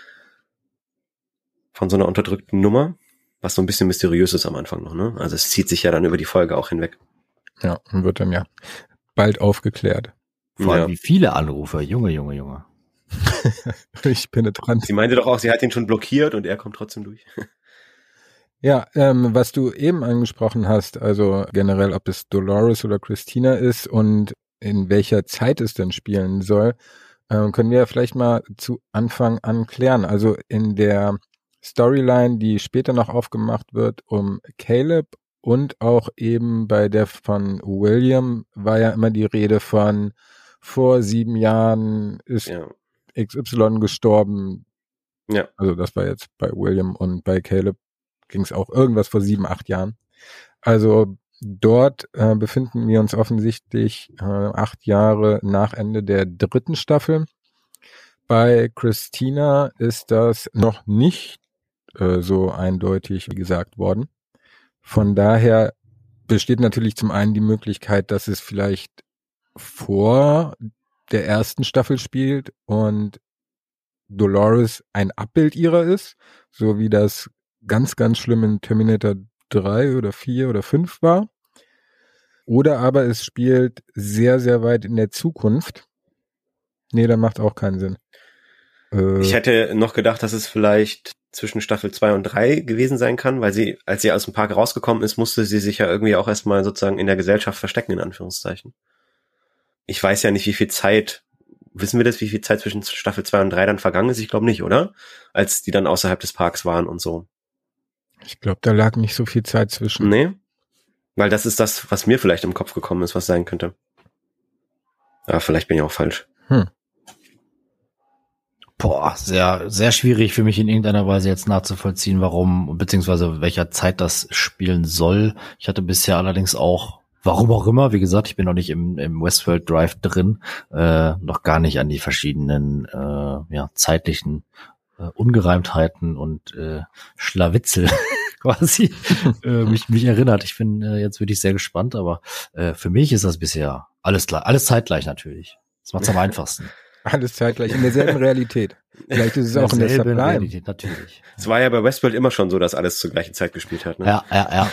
Von so einer unterdrückten Nummer, was so ein bisschen mysteriös ist am Anfang noch, ne? Also es zieht sich ja dann über die Folge auch hinweg. Ja, und wird dann ja bald aufgeklärt. Vor allem Ja. wie viele Anrufe. Junge. Ich penetrant. Sie meinte doch auch, sie hat ihn schon blockiert und er kommt trotzdem durch. Ja, was du eben angesprochen hast, also generell, ob es Dolores oder Christina ist und in welcher Zeit es denn spielen soll, können wir vielleicht mal zu Anfang an klären. Also in der Storyline, die später noch aufgemacht wird, um Caleb und auch eben bei der von William war ja immer die Rede von vor 7 Jahren ist Ja. XY gestorben. Ja. Also das war jetzt bei William und bei Caleb ging es auch irgendwas vor 7, 8 Jahren. Also dort befinden wir uns offensichtlich 8 Jahre nach Ende der 3. Staffel. Bei Christina ist das noch nicht so eindeutig wie gesagt worden. Von daher besteht natürlich zum einen die Möglichkeit, dass es vielleicht vor der 1. Staffel spielt und Dolores ein Abbild ihrer ist, so wie das ganz, ganz schlimm in Terminator 3 oder 4 oder 5 war. Oder aber es spielt sehr, sehr weit in der Zukunft. Nee, das macht auch keinen Sinn. Ich hätte noch gedacht, dass es vielleicht zwischen Staffel 2 und 3 gewesen sein kann, weil sie, als sie aus dem Park rausgekommen ist, musste sie sich ja irgendwie auch erstmal sozusagen in der Gesellschaft verstecken, in Anführungszeichen. Ich weiß ja nicht, wie viel Zeit, wissen wir das, wie viel Zeit zwischen Staffel 2 und 3 dann vergangen ist? Ich glaube nicht, oder? Als die dann außerhalb des Parks waren und so. Ich glaube, da lag nicht so viel Zeit zwischen. Nee? Weil das ist das, was mir vielleicht im Kopf gekommen ist, was sein könnte. Aber vielleicht bin ich auch falsch. Boah, sehr, sehr schwierig für mich in irgendeiner Weise jetzt nachzuvollziehen, warum, beziehungsweise welcher Zeit das spielen soll. Ich hatte bisher allerdings auch, warum auch immer, wie gesagt, ich bin noch nicht im Westworld Drive drin, noch gar nicht an die verschiedenen zeitlichen Ungereimtheiten und Schlawitzel quasi mich erinnert. Ich bin jetzt wirklich sehr gespannt, aber für mich ist das bisher alles zeitgleich natürlich. Das macht's am einfachsten. Alles zeitgleich in derselben Realität. Vielleicht ist es auch in der Derselben Sublime. Realität, natürlich. Es war ja bei Westworld immer schon so, dass alles zur gleichen Zeit gespielt hat, ne? Ja.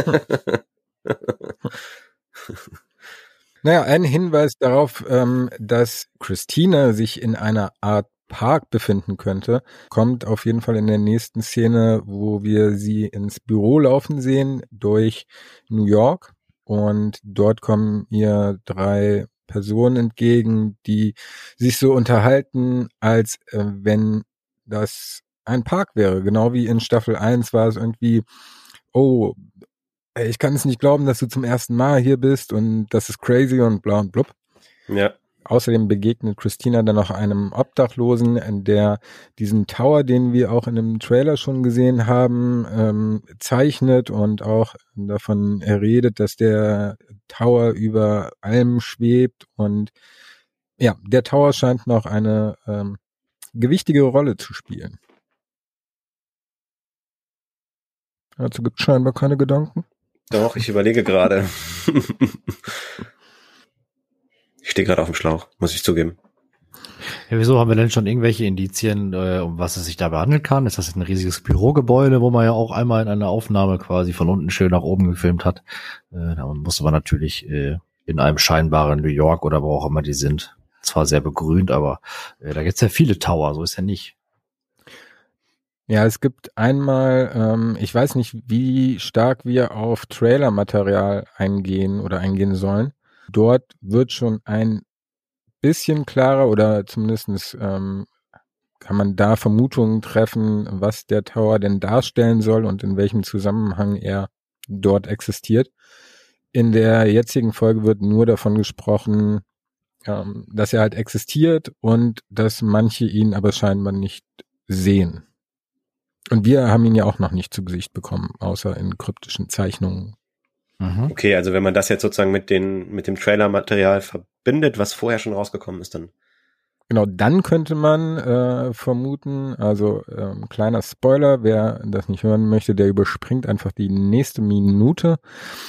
Naja, ein Hinweis darauf, dass Christina sich in einer Art Park befinden könnte, kommt auf jeden Fall in der nächsten Szene, wo wir sie ins Büro laufen sehen durch New York und dort kommen ihr 3 Personen entgegen, die sich so unterhalten, als wenn das ein Park wäre. Genau wie in Staffel 1 war es irgendwie, oh, ich kann es nicht glauben, dass du zum ersten Mal hier bist und das ist crazy und bla und blub. Ja. Außerdem begegnet Christina dann noch einem Obdachlosen, der diesen Tower, den wir auch in einem Trailer schon gesehen haben, zeichnet und auch davon redet, dass der Tower über allem schwebt. Und ja, der Tower scheint noch eine gewichtige Rolle zu spielen. Dazu gibt es scheinbar keine Gedanken. Doch, ich überlege gerade. Ich stehe gerade auf dem Schlauch, muss ich zugeben. Ja, wieso haben wir denn schon irgendwelche Indizien, um was es sich dabei handeln kann? Ist das jetzt ein riesiges Bürogebäude, wo man ja auch einmal in einer Aufnahme quasi von unten schön nach oben gefilmt hat? Da musste man natürlich in einem scheinbaren New York oder wo auch immer die sind. Zwar sehr begrünt, aber da gibt's ja viele Tower, so ist ja nicht. Ja, es gibt einmal, ich weiß nicht, wie stark wir auf Trailermaterial eingehen oder eingehen sollen. Dort wird schon ein bisschen klarer oder zumindest kann man da Vermutungen treffen, was der Tower denn darstellen soll und in welchem Zusammenhang er dort existiert. In der jetzigen Folge wird nur davon gesprochen, dass er halt existiert und dass manche ihn aber scheinbar nicht sehen. Und wir haben ihn ja auch noch nicht zu Gesicht bekommen, außer in kryptischen Zeichnungen. Mhm. Okay, also wenn man das jetzt sozusagen mit dem Trailer-Material verbindet, was vorher schon rausgekommen ist, dann. Genau, dann könnte man vermuten, also kleiner Spoiler, wer das nicht hören möchte, der überspringt einfach die nächste Minute.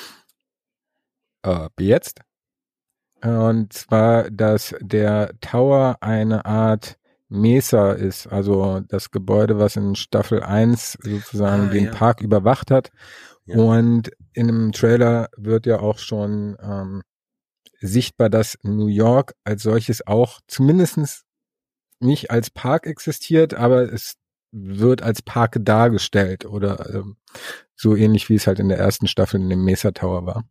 Jetzt. Und zwar, dass der Tower eine Art Mesa ist, also das Gebäude, was in Staffel 1 sozusagen den Park überwacht hat. Ja. Und in dem Trailer wird ja auch schon sichtbar, dass New York als solches auch zumindest nicht als Park existiert, aber es wird als Park dargestellt oder so ähnlich wie es halt in der ersten Staffel in dem Mesa Tower war.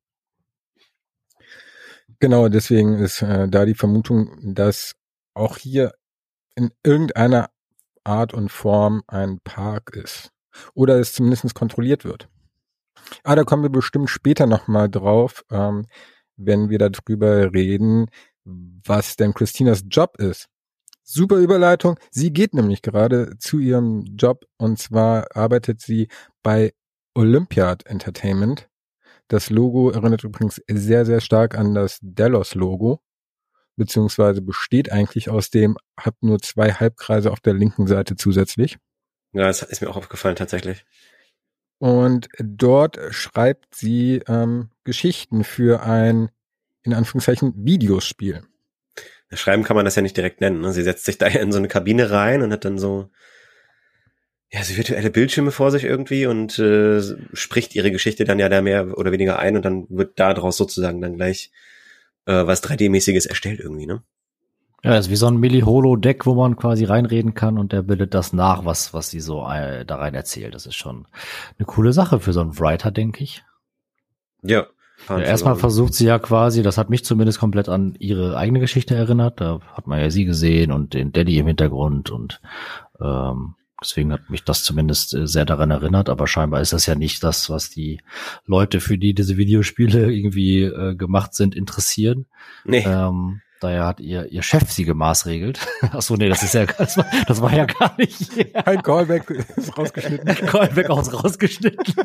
Genau, deswegen ist da die Vermutung, dass auch hier in irgendeiner Art und Form ein Park ist. Oder es zumindest kontrolliert wird. Da kommen wir bestimmt später nochmal drauf, wenn wir darüber reden, was denn Christinas Job ist. Super Überleitung. Sie geht nämlich gerade zu ihrem Job und zwar arbeitet sie bei Olympiad Entertainment. Das Logo erinnert übrigens sehr, sehr stark an das Delos-Logo, beziehungsweise besteht eigentlich aus dem, hat nur 2 Halbkreise auf der linken Seite zusätzlich. Ja, das ist mir auch aufgefallen tatsächlich. Und dort schreibt sie Geschichten für ein, in Anführungszeichen, Videospiel. Schreiben kann man das ja nicht direkt nennen. Ne? Sie setzt sich da in so eine Kabine rein und hat dann so virtuelle Bildschirme vor sich irgendwie und spricht ihre Geschichte dann ja da mehr oder weniger ein und dann wird daraus sozusagen dann gleich was 3D-mäßiges erstellt irgendwie, ne? Ja, ist wie so ein Milli-Holo-Deck, wo man quasi reinreden kann und der bildet das nach, was sie so da rein erzählt. Das ist schon eine coole Sache für so einen Writer, denke ich. Ja. Erstmal versucht sie ja quasi, das hat mich zumindest komplett an ihre eigene Geschichte erinnert. Da hat man ja sie gesehen und den Daddy im Hintergrund und deswegen hat mich das zumindest sehr daran erinnert, aber scheinbar ist das ja nicht das, was die Leute, für die diese Videospiele irgendwie gemacht sind, interessieren. Nee. Daher hat ihr Chef sie gemaßregelt. Ach so, nee, das war ja gar nicht. Ein Callback ist rausgeschnitten. Callback rausgeschnitten.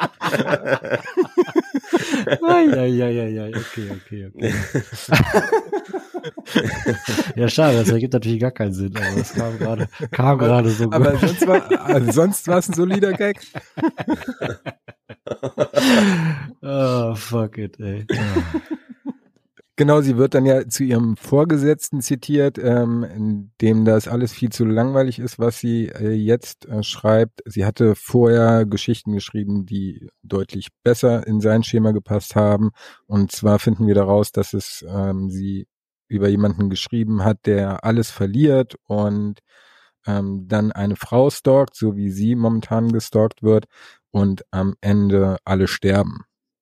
Ja, okay. Ja, schade, das ergibt natürlich gar keinen Sinn, aber das kam gerade so gut. Aber sonst war es ein solider Gag. Oh, fuck it, ey. Genau, sie wird dann ja zu ihrem Vorgesetzten zitiert, in dem das alles viel zu langweilig ist, was sie jetzt schreibt. Sie hatte vorher Geschichten geschrieben, die deutlich besser in sein Schema gepasst haben. Und zwar finden wir daraus, dass es sie über jemanden geschrieben hat, der alles verliert und dann eine Frau stalkt, so wie sie momentan gestalkt wird und am Ende alle sterben.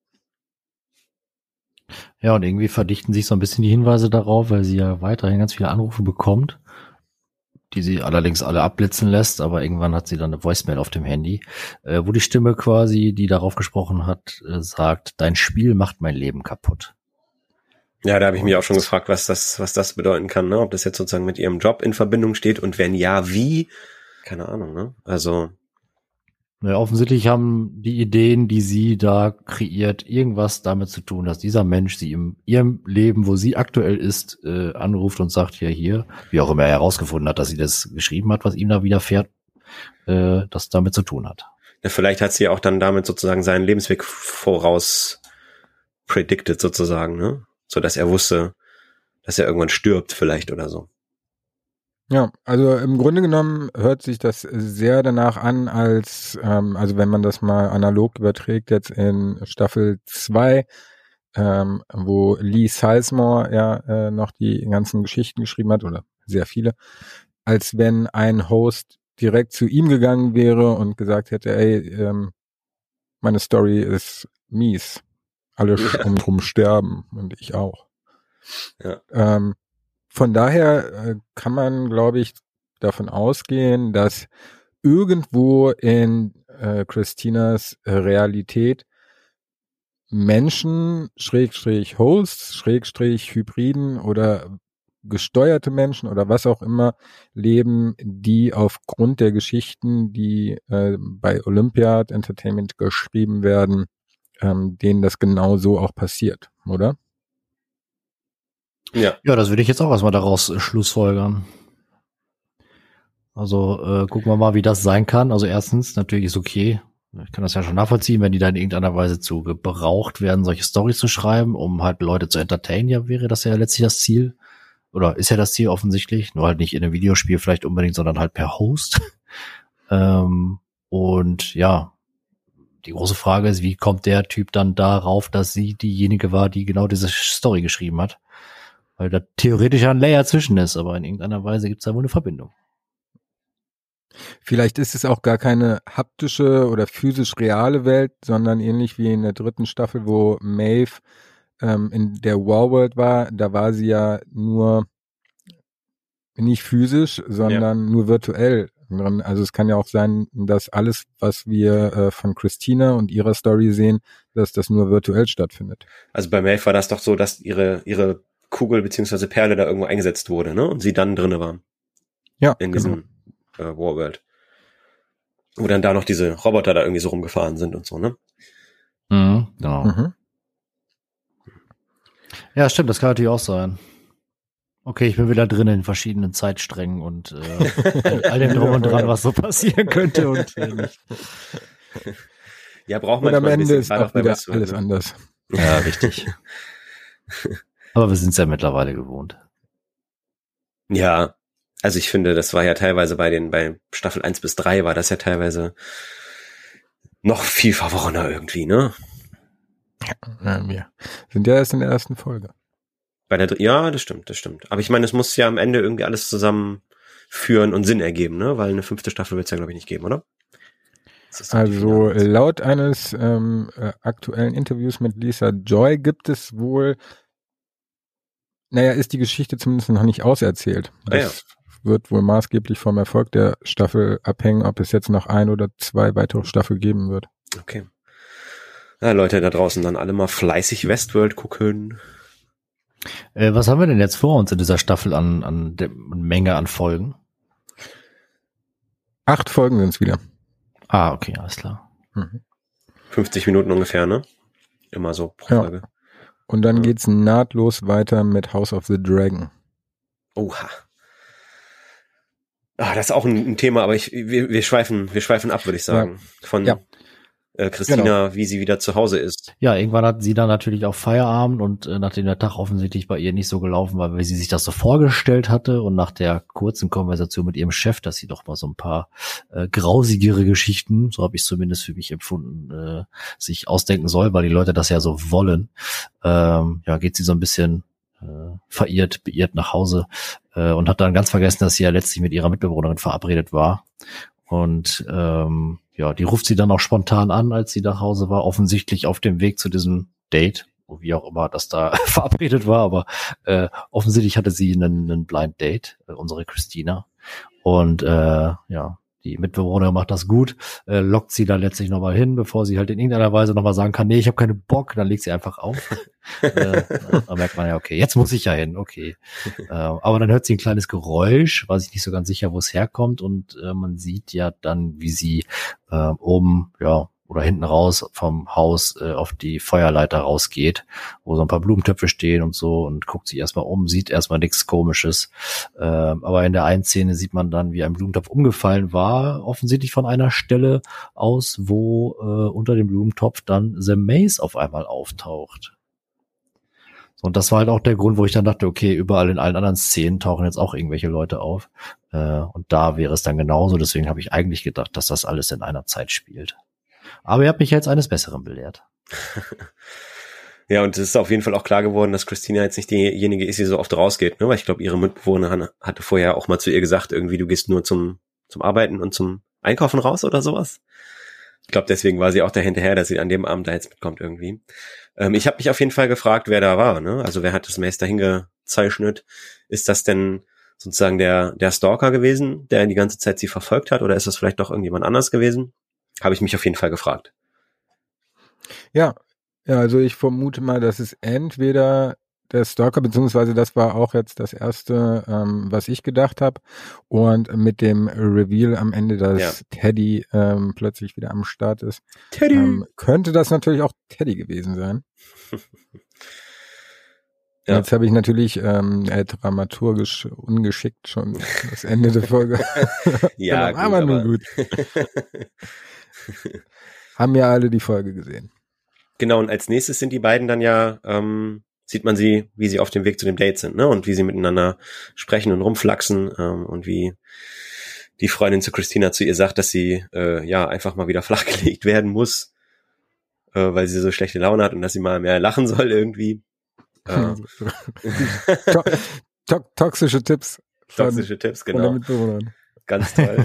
Ja, und irgendwie verdichten sich so ein bisschen die Hinweise darauf, weil sie ja weiterhin ganz viele Anrufe bekommt, die sie allerdings alle abblitzen lässt, aber irgendwann hat sie dann eine Voicemail auf dem Handy, wo die Stimme quasi, die darauf gesprochen hat, sagt, dein Spiel macht mein Leben kaputt. Ja, da habe ich mich auch schon gefragt, was das bedeuten kann, ne? Ob das jetzt sozusagen mit ihrem Job in Verbindung steht und wenn ja, wie? Keine Ahnung, ne? Also ja, offensichtlich haben die Ideen, die sie da kreiert, irgendwas damit zu tun, dass dieser Mensch sie in ihrem Leben, wo sie aktuell ist, anruft und sagt, ja hier, wie auch immer er herausgefunden hat, dass sie das geschrieben hat, was ihm da widerfährt, das damit zu tun hat. Ja, vielleicht hat sie auch dann damit sozusagen seinen Lebensweg voraus predicted sozusagen, ne? So dass er wusste, dass er irgendwann stirbt vielleicht oder so. Ja, also im Grunde genommen hört sich das sehr danach an, als, also wenn man das mal analog überträgt, jetzt in Staffel 2, wo Lee Sizemore ja noch die ganzen Geschichten geschrieben hat, oder sehr viele, als wenn ein Host direkt zu ihm gegangen wäre und gesagt hätte, ey, meine Story ist mies. Alle um drum sterben und ich auch. Ja. von daher kann man, glaube ich, davon ausgehen, dass irgendwo in Christinas Realität Menschen, Schrägstrich Hosts, Schrägstrich Hybriden oder gesteuerte Menschen oder was auch immer leben, die aufgrund der Geschichten, die bei Olympiad Entertainment geschrieben werden, denen das genau so auch passiert, oder? Ja, das würde ich jetzt auch erstmal daraus schlussfolgern. Also gucken wir mal, wie das sein kann. Also erstens, natürlich ist okay. Ich kann das ja schon nachvollziehen, wenn die da in irgendeiner Weise zu gebraucht werden, solche Storys zu schreiben, um halt Leute zu entertainen. Ja, wäre das ja letztlich das Ziel. Oder ist ja das Ziel offensichtlich. Nur halt nicht in einem Videospiel vielleicht unbedingt, sondern halt per Host. Und ja, die große Frage ist, wie kommt der Typ dann darauf, dass sie diejenige war, die genau diese Story geschrieben hat? Weil da theoretisch ein Layer zwischen ist, aber in irgendeiner Weise gibt es da wohl eine Verbindung. Vielleicht ist es auch gar keine haptische oder physisch reale Welt, sondern ähnlich wie in der 3. Staffel, wo Maeve in der Warworld war, da war sie ja nur nicht physisch, sondern nur virtuell drin. Also es kann ja auch sein, dass alles, was wir von Christina und ihrer Story sehen, dass das nur virtuell stattfindet. Also bei Maeve war das doch so, dass ihre Kugel bzw. Perle da irgendwo eingesetzt wurde, ne? Und sie dann drinne waren. Ja, in diesem Warworld. Wo dann da noch diese Roboter da irgendwie so rumgefahren sind und so, ne? Mhm, genau. Mhm. Ja, stimmt, das kann natürlich auch sein. Okay, ich bin wieder drin in verschiedenen Zeitsträngen und all dem Drum und Dran, was so passieren könnte und nicht. Ja, braucht man am Ende ist auch wieder alles anders. Ja, richtig. Aber wir sind es ja mittlerweile gewohnt. Ja, also ich finde, das war ja teilweise bei Staffel 1 bis 3 war das ja teilweise noch viel verworrener irgendwie, ne? Ja, wir sind ja erst in der ersten Folge. Ja, das stimmt. Aber ich meine, es muss ja am Ende irgendwie alles zusammenführen und Sinn ergeben, ne? Weil eine 5. Staffel wird es ja, glaube ich, nicht geben, oder? Also laut eines aktuellen Interviews mit Lisa Joy gibt es wohl, ist die Geschichte zumindest noch nicht auserzählt. Das wird wohl maßgeblich vom Erfolg der Staffel abhängen, ob es jetzt noch 1 oder 2 weitere Staffeln geben wird. Okay. Ja, Leute da draußen dann alle mal fleißig Westworld gucken. Was haben wir denn jetzt vor uns in dieser Staffel an der Menge an Folgen? 8 Folgen sind es wieder. Ah, okay, alles klar. 50 Minuten ungefähr, ne? Immer so pro Folge. Und dann geht's nahtlos weiter mit House of the Dragon. Oha. Das ist auch ein Thema, aber wir schweifen ab, würde ich sagen. Von Christina, wie sie wieder zu Hause ist. Ja, irgendwann hat sie dann natürlich auch Feierabend und nachdem der Tag offensichtlich bei ihr nicht so gelaufen war, wie sie sich das so vorgestellt hatte und nach der kurzen Konversation mit ihrem Chef, dass sie doch mal so ein paar grausigere Geschichten, so habe ich es zumindest für mich empfunden, sich ausdenken soll, weil die Leute das ja so wollen, geht sie so ein bisschen beirrt nach Hause und hat dann ganz vergessen, dass sie ja letztlich mit ihrer Mitbewohnerin verabredet war. Und die ruft sie dann auch spontan an, als sie nach Hause war, offensichtlich auf dem Weg zu diesem Date, wie auch immer das da verabredet war, aber offensichtlich hatte sie einen Blind Date, unsere Christina. Und die Mitbewohnerin macht das gut, lockt sie dann letztlich nochmal hin, bevor sie halt in irgendeiner Weise nochmal sagen kann, nee, ich habe keinen Bock, dann legt sie einfach auf. Dann merkt man ja, okay, jetzt muss ich ja hin, okay. Aber dann hört sie ein kleines Geräusch, war sich nicht so ganz sicher, wo es herkommt und man sieht ja dann, wie sie oben, oder hinten raus vom Haus auf die Feuerleiter rausgeht, wo so ein paar Blumentöpfe stehen und so und guckt sich erstmal um, sieht erstmal nichts Komisches. Aber in der einen Szene sieht man dann, wie ein Blumentopf umgefallen war, offensichtlich von einer Stelle aus, wo unter dem Blumentopf dann The Maze auf einmal auftaucht. So, und das war halt auch der Grund, wo ich dann dachte, okay, überall in allen anderen Szenen tauchen jetzt auch irgendwelche Leute auf. Und da wäre es dann genauso. Deswegen habe ich eigentlich gedacht, dass das alles in einer Zeit spielt. Aber ihr habt mich jetzt eines Besseren belehrt. Ja, und es ist auf jeden Fall auch klar geworden, dass Christina jetzt nicht diejenige ist, die so oft rausgeht, ne? Weil ich glaube, ihre Mitbewohnerin hatte vorher auch mal zu ihr gesagt, irgendwie, du gehst nur zum Arbeiten und zum Einkaufen raus oder sowas. Ich glaube, deswegen war sie auch dahinterher, dass sie an dem Abend da jetzt mitkommt irgendwie. Ich habe mich auf jeden Fall gefragt, wer da war, ne? Also wer hat das Maze dahin Aufzeichnete. Ist das denn sozusagen der Stalker gewesen, der die ganze Zeit sie verfolgt hat, oder ist das vielleicht doch irgendjemand anders gewesen? Habe ich mich auf jeden Fall gefragt. Ja, also ich vermute mal, dass es entweder der Stalker, beziehungsweise das war auch jetzt das erste, was ich gedacht habe. Und mit dem Reveal am Ende, dass Teddy plötzlich wieder am Start ist, könnte das natürlich auch Teddy gewesen sein. Ja. Jetzt habe ich natürlich dramaturgisch ungeschickt schon das Ende der Folge. Ja, genau, aber nur gut. Haben ja alle die Folge gesehen. Genau, und als nächstes sind die beiden dann ja, sieht man sie, wie sie auf dem Weg zu dem Date sind, ne? Und wie sie miteinander sprechen und rumflaxen und wie die Freundin zu Christina zu ihr sagt, dass sie einfach mal wieder flachgelegt werden muss, weil sie so schlechte Laune hat und dass sie mal mehr lachen soll irgendwie. Toxische Tipps. Toxische Tipps, genau. Ganz toll.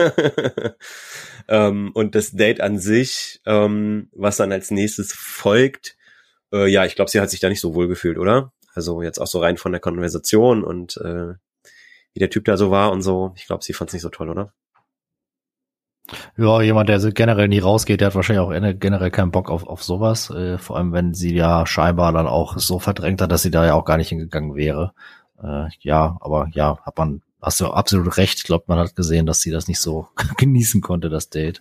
Und das Date an sich, was dann als nächstes folgt, ich glaube, sie hat sich da nicht so wohl gefühlt, oder? Also jetzt auch so rein von der Konversation und wie der Typ da so war und so. Ich glaube, sie fand es nicht so toll, oder? Ja, jemand, der generell nie rausgeht, der hat wahrscheinlich auch generell keinen Bock auf sowas. Vor allem, wenn sie ja scheinbar dann auch so verdrängt hat, dass sie da ja auch gar nicht hingegangen wäre. Hast du absolut recht. Ich glaube, man hat gesehen, dass sie das nicht so genießen konnte, das Date.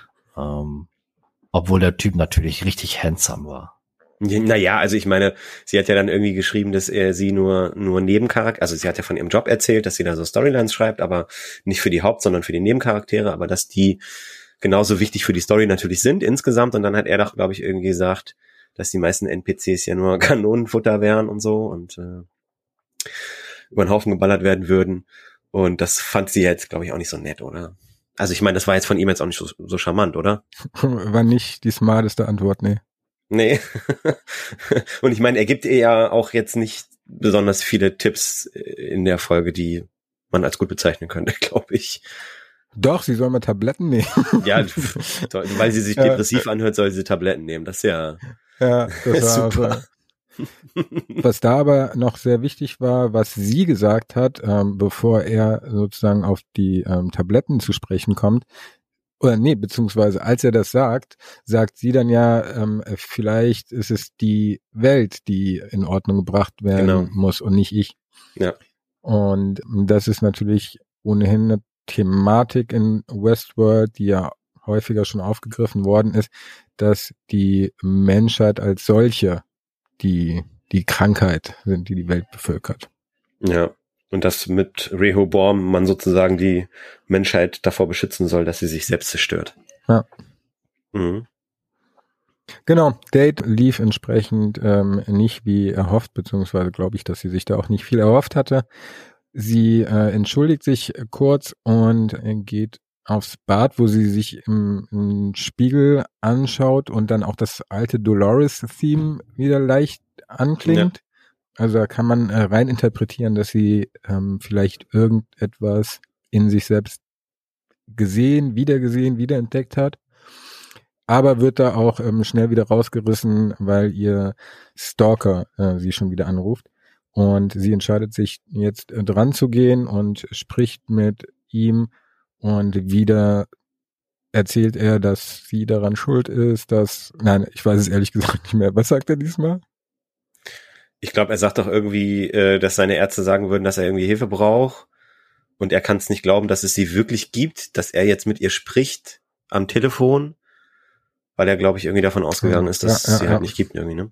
Obwohl der Typ natürlich richtig handsome war. Naja, also ich meine, sie hat ja dann irgendwie geschrieben, dass er sie nur Nebencharakter, also sie hat ja von ihrem Job erzählt, dass sie da so Storylines schreibt, aber nicht für die Haupt-, sondern für die Nebencharaktere, aber dass die genauso wichtig für die Story natürlich sind insgesamt. Und dann hat er doch, glaube ich, irgendwie gesagt, dass die meisten NPCs ja nur Kanonenfutter wären und so und über den Haufen geballert werden würden. Und das fand sie jetzt, glaube ich, auch nicht so nett, oder? Also ich meine, das war jetzt von ihm jetzt auch nicht so charmant, oder? War nicht die smarteste Antwort, nee. Nee. Und ich meine, er gibt ihr ja auch jetzt nicht besonders viele Tipps in der Folge, die man als gut bezeichnen könnte, glaube ich. Doch, sie soll mal Tabletten nehmen. Ja, weil sie sich depressiv anhört, soll sie Tabletten nehmen. Das ist ja das war super. Was da aber noch sehr wichtig war, was sie gesagt hat, bevor er sozusagen auf die Tabletten zu sprechen kommt, oder nee, beziehungsweise als er das sagt sie dann ja, vielleicht ist es die Welt, die in Ordnung gebracht werden muss und nicht ich. Ja. Und das ist natürlich ohnehin eine Thematik in Westworld, die ja häufiger schon aufgegriffen worden ist, dass die Menschheit als solche die Krankheit sind, die Welt bevölkert. Ja. Und dass mit Rehoboam man sozusagen die Menschheit davor beschützen soll, dass sie sich selbst zerstört. Ja. Mhm. Genau, Date lief entsprechend nicht wie erhofft, beziehungsweise glaube ich, dass sie sich da auch nicht viel erhofft hatte. Sie entschuldigt sich kurz und geht aufs Bad, wo sie sich im Spiegel anschaut und dann auch das alte Dolores-Theme wieder leicht anklingt. Ja. Also da kann man rein interpretieren, dass sie vielleicht irgendetwas in sich selbst wiederentdeckt hat. Aber wird da auch schnell wieder rausgerissen, weil ihr Stalker sie schon wieder anruft. Und sie entscheidet sich jetzt dran zu gehen und spricht mit ihm. Und wieder erzählt er, dass sie daran schuld ist, nein, ich weiß es ehrlich gesagt nicht mehr. Was sagt er diesmal? Ich glaube, er sagt doch irgendwie, dass seine Ärzte sagen würden, dass er irgendwie Hilfe braucht. Und er kann es nicht glauben, dass es sie wirklich gibt, dass er jetzt mit ihr spricht am Telefon, weil er, glaube ich, irgendwie davon ausgegangen ist, dass es sie halt nicht gibt irgendwie, ne?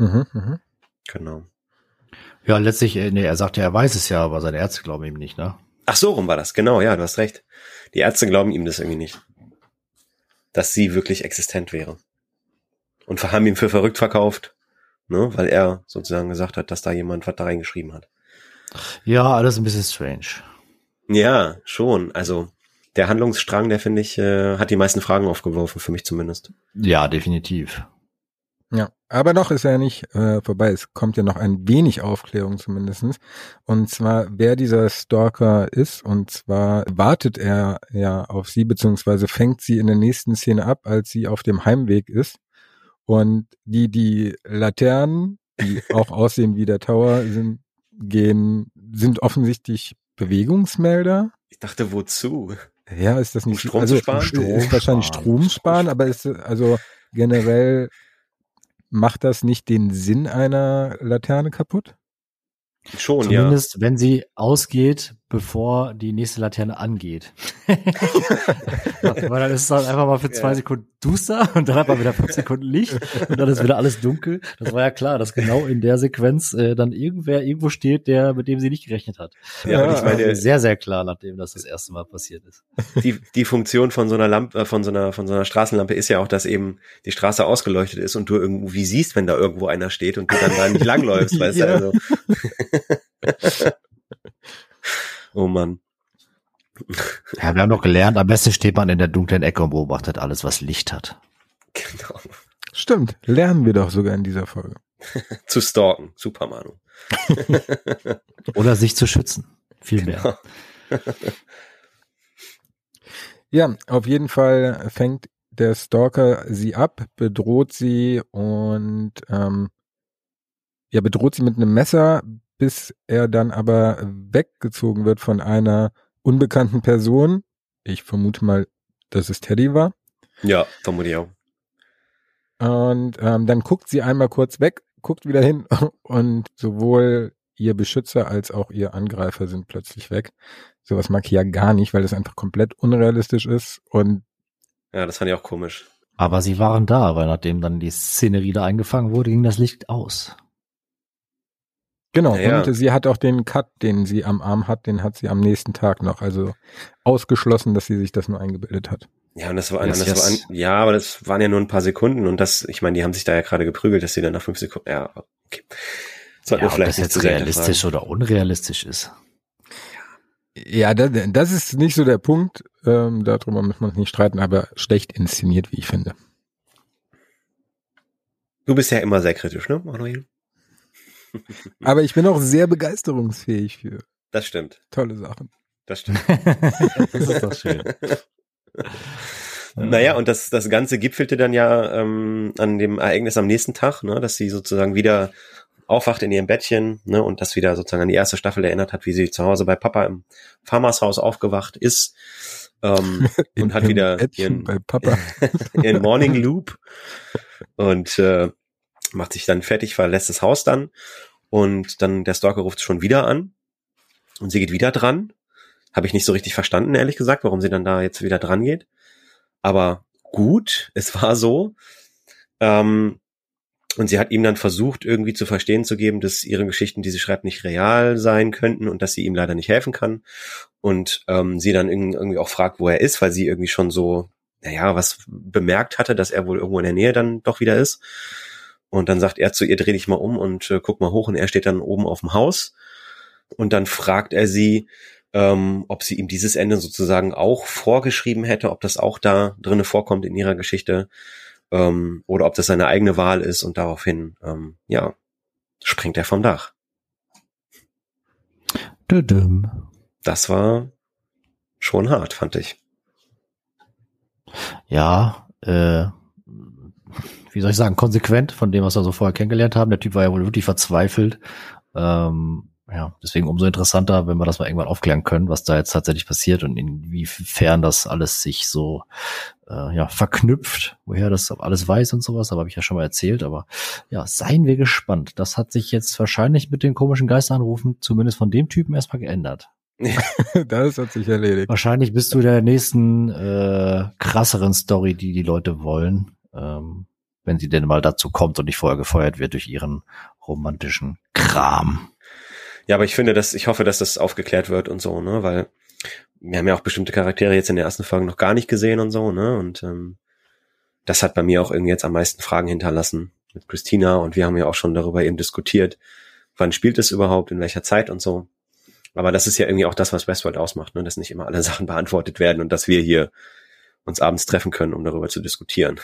Genau. Ja, letztlich, er sagt ja, er weiß es ja, aber seine Ärzte glauben ihm nicht, ne? Ach, so rum war das, genau, ja, du hast recht. Die Ärzte glauben ihm das irgendwie nicht. Dass sie wirklich existent wäre. Und haben ihn für verrückt verkauft, ne? Weil er sozusagen gesagt hat, dass da jemand was da reingeschrieben hat. Ja, alles ein bisschen strange. Ja, schon. Also der Handlungsstrang, der finde ich, hat die meisten Fragen aufgeworfen, für mich zumindest. Ja, definitiv. Ja, aber noch ist er nicht vorbei. Es kommt ja noch ein wenig Aufklärung zumindestens. Und zwar, wer dieser Stalker ist. Und zwar wartet er ja auf sie, beziehungsweise fängt sie in der nächsten Szene ab, als sie auf dem Heimweg ist. Und die Laternen, die auch aussehen wie der Tower, sind sind offensichtlich Bewegungsmelder. Ich dachte, wozu? Ja, ist das nicht Strom zu sparen? Ist wahrscheinlich Strom sparen, aber ist also generell macht das nicht den Sinn einer Laterne kaputt? Schon, Zumindest, wenn sie ausgeht, bevor die nächste Laterne angeht. Weil dann ist es halt einfach mal für 2 Sekunden duster und dann hat man wieder 5 Sekunden Licht und dann ist wieder alles dunkel. Das war ja klar, dass genau in der Sequenz dann irgendwer irgendwo steht, mit dem sie nicht gerechnet hat. Ja, und ich meine, sehr, sehr klar, nachdem das erste Mal passiert ist. Die Funktion von so einer Lampe, von so einer Straßenlampe ist ja auch, dass eben die Straße ausgeleuchtet ist und du irgendwie siehst, wenn da irgendwo einer steht und du dann da nicht langläufst, weißt du, also. Oh Mann. Ja, wir haben doch gelernt, am besten steht man in der dunklen Ecke und beobachtet alles, was Licht hat. Genau. Stimmt, lernen wir doch sogar in dieser Folge. Zu stalken, super Manu. Oder sich zu schützen, viel mehr. Genau. Ja, auf jeden Fall fängt der Stalker sie ab, bedroht sie und bedroht sie mit einem Messer, bis er dann aber weggezogen wird von einer unbekannten Person. Ich vermute mal, dass es Teddy war. Ja, vermute ich auch. Und dann guckt sie einmal kurz weg, guckt wieder hin und sowohl ihr Beschützer als auch ihr Angreifer sind plötzlich weg. Sowas mag ich ja gar nicht, weil das einfach komplett unrealistisch ist und ja, das fand ich auch komisch. Aber sie waren da, weil nachdem dann die Szenerie da eingefangen wurde, ging das Licht aus. Genau, ja. Und sie hat auch den Cut, den sie am Arm hat, den hat sie am nächsten Tag noch. Also ausgeschlossen, dass sie sich das nur eingebildet hat. Ja, und aber das waren ja nur ein paar Sekunden und ich meine, die haben sich da ja gerade geprügelt, dass sie dann nach 5 Sekunden, ja, okay. Ob das jetzt realistisch oder unrealistisch ist. Ja, das ist nicht so der Punkt, darüber muss man nicht streiten, aber schlecht inszeniert, wie ich finde. Du bist ja immer sehr kritisch, ne, Manuel? Aber ich bin auch sehr begeisterungsfähig für das stimmt. Tolle Sachen. Das stimmt. Das ist doch schön. Naja, und das Ganze gipfelte dann ja an dem Ereignis am nächsten Tag, ne, dass sie sozusagen wieder aufwacht in ihrem Bettchen, ne, und das wieder sozusagen an die erste Staffel erinnert hat, wie sie zu Hause bei Papa im Farmershaus aufgewacht ist und hat wieder Bettchen bei Papa. ihren Morning Loop und macht sich dann fertig, verlässt das Haus dann und dann der Stalker ruft schon wieder an und sie geht wieder dran. Habe ich nicht so richtig verstanden, ehrlich gesagt, warum sie dann da jetzt wieder dran geht. Aber gut, es war so. Und sie hat ihm dann versucht, irgendwie zu verstehen zu geben, dass ihre Geschichten, die sie schreibt, nicht real sein könnten und dass sie ihm leider nicht helfen kann. Und sie dann irgendwie auch fragt, wo er ist, weil sie irgendwie schon so, was bemerkt hatte, dass er wohl irgendwo in der Nähe dann doch wieder ist. Und dann sagt er zu ihr, dreh dich mal um und guck mal hoch. Und er steht dann oben auf dem Haus. Und dann fragt er sie, ob sie ihm dieses Ende sozusagen auch vorgeschrieben hätte, ob das auch da drinne vorkommt in ihrer Geschichte, oder ob das seine eigene Wahl ist. Und daraufhin, springt er vom Dach. Das war schon hart, fand ich. Ja, wie soll ich sagen, konsequent von dem, was wir so vorher kennengelernt haben. Der Typ war ja wohl wirklich verzweifelt. Deswegen umso interessanter, wenn wir das mal irgendwann aufklären können, was da jetzt tatsächlich passiert und inwiefern das alles sich so verknüpft, woher das alles weiß und sowas, aber habe ich ja schon mal erzählt, aber ja, seien wir gespannt. Das hat sich jetzt wahrscheinlich mit den komischen Geisteranrufen zumindest von dem Typen erstmal geändert. Das hat sich erledigt. Wahrscheinlich bist du der nächsten krasseren Story, die Leute wollen, wenn sie denn mal dazu kommt und nicht vorher gefeuert wird durch ihren romantischen Kram. Ja, aber ich hoffe, dass das aufgeklärt wird und so, ne, weil wir haben ja auch bestimmte Charaktere jetzt in der ersten Folge noch gar nicht gesehen und so, ne, und das hat bei mir auch irgendwie jetzt am meisten Fragen hinterlassen mit Christina und wir haben ja auch schon darüber eben diskutiert, wann spielt es überhaupt, in welcher Zeit und so. Aber das ist ja irgendwie auch das, was Westworld ausmacht, ne, dass nicht immer alle Sachen beantwortet werden und dass wir hier uns abends treffen können, um darüber zu diskutieren.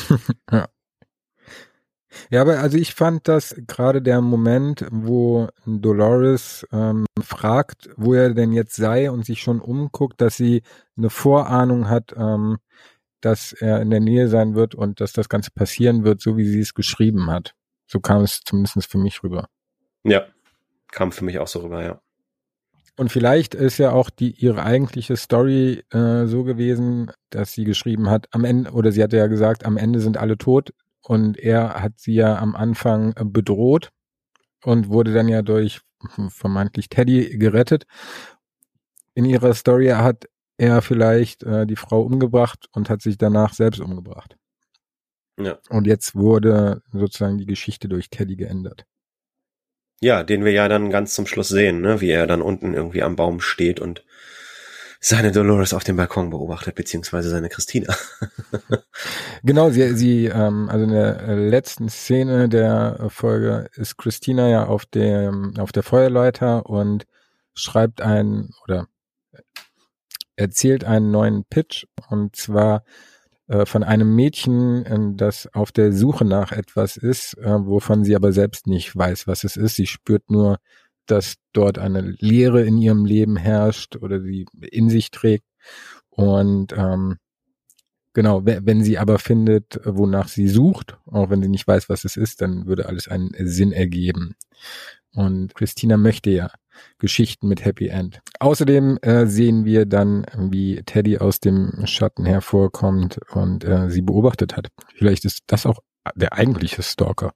Ja, aber also ich fand, dass gerade der Moment, wo Dolores fragt, wo er denn jetzt sei und sich schon umguckt, dass sie eine Vorahnung hat, dass er in der Nähe sein wird und dass das Ganze passieren wird, so wie sie es geschrieben hat. So kam es zumindest für mich rüber. Ja, Kam für mich auch so rüber, ja. Und vielleicht ist ja auch ihre eigentliche Story so gewesen, dass sie geschrieben hat, am Ende, oder sie hatte ja gesagt, am Ende sind alle tot und er hat sie ja am Anfang bedroht und wurde dann ja durch vermeintlich Teddy gerettet. In ihrer Story hat er vielleicht die Frau umgebracht und hat sich danach selbst umgebracht. Ja. Und jetzt wurde sozusagen die Geschichte durch Teddy geändert. Ja, den wir ja dann ganz zum Schluss sehen, ne, wie er dann unten irgendwie am Baum steht und seine Dolores auf dem Balkon beobachtet, beziehungsweise seine Christina. Genau, sie also in der letzten Szene der Folge ist Christina ja auf der Feuerleiter und schreibt oder erzählt einen neuen Pitch, und zwar von einem Mädchen, das auf der Suche nach etwas ist, wovon sie aber selbst nicht weiß, was es ist. Sie spürt nur, dass dort eine Leere in ihrem Leben herrscht oder sie in sich trägt. Und genau, wenn sie aber findet, wonach sie sucht, auch wenn sie nicht weiß, was es ist, dann würde alles einen Sinn ergeben. Und Christina möchte ja Geschichten mit Happy End. Außerdem sehen wir dann, wie Teddy aus dem Schatten hervorkommt und sie beobachtet hat. Vielleicht ist das auch der eigentliche Stalker.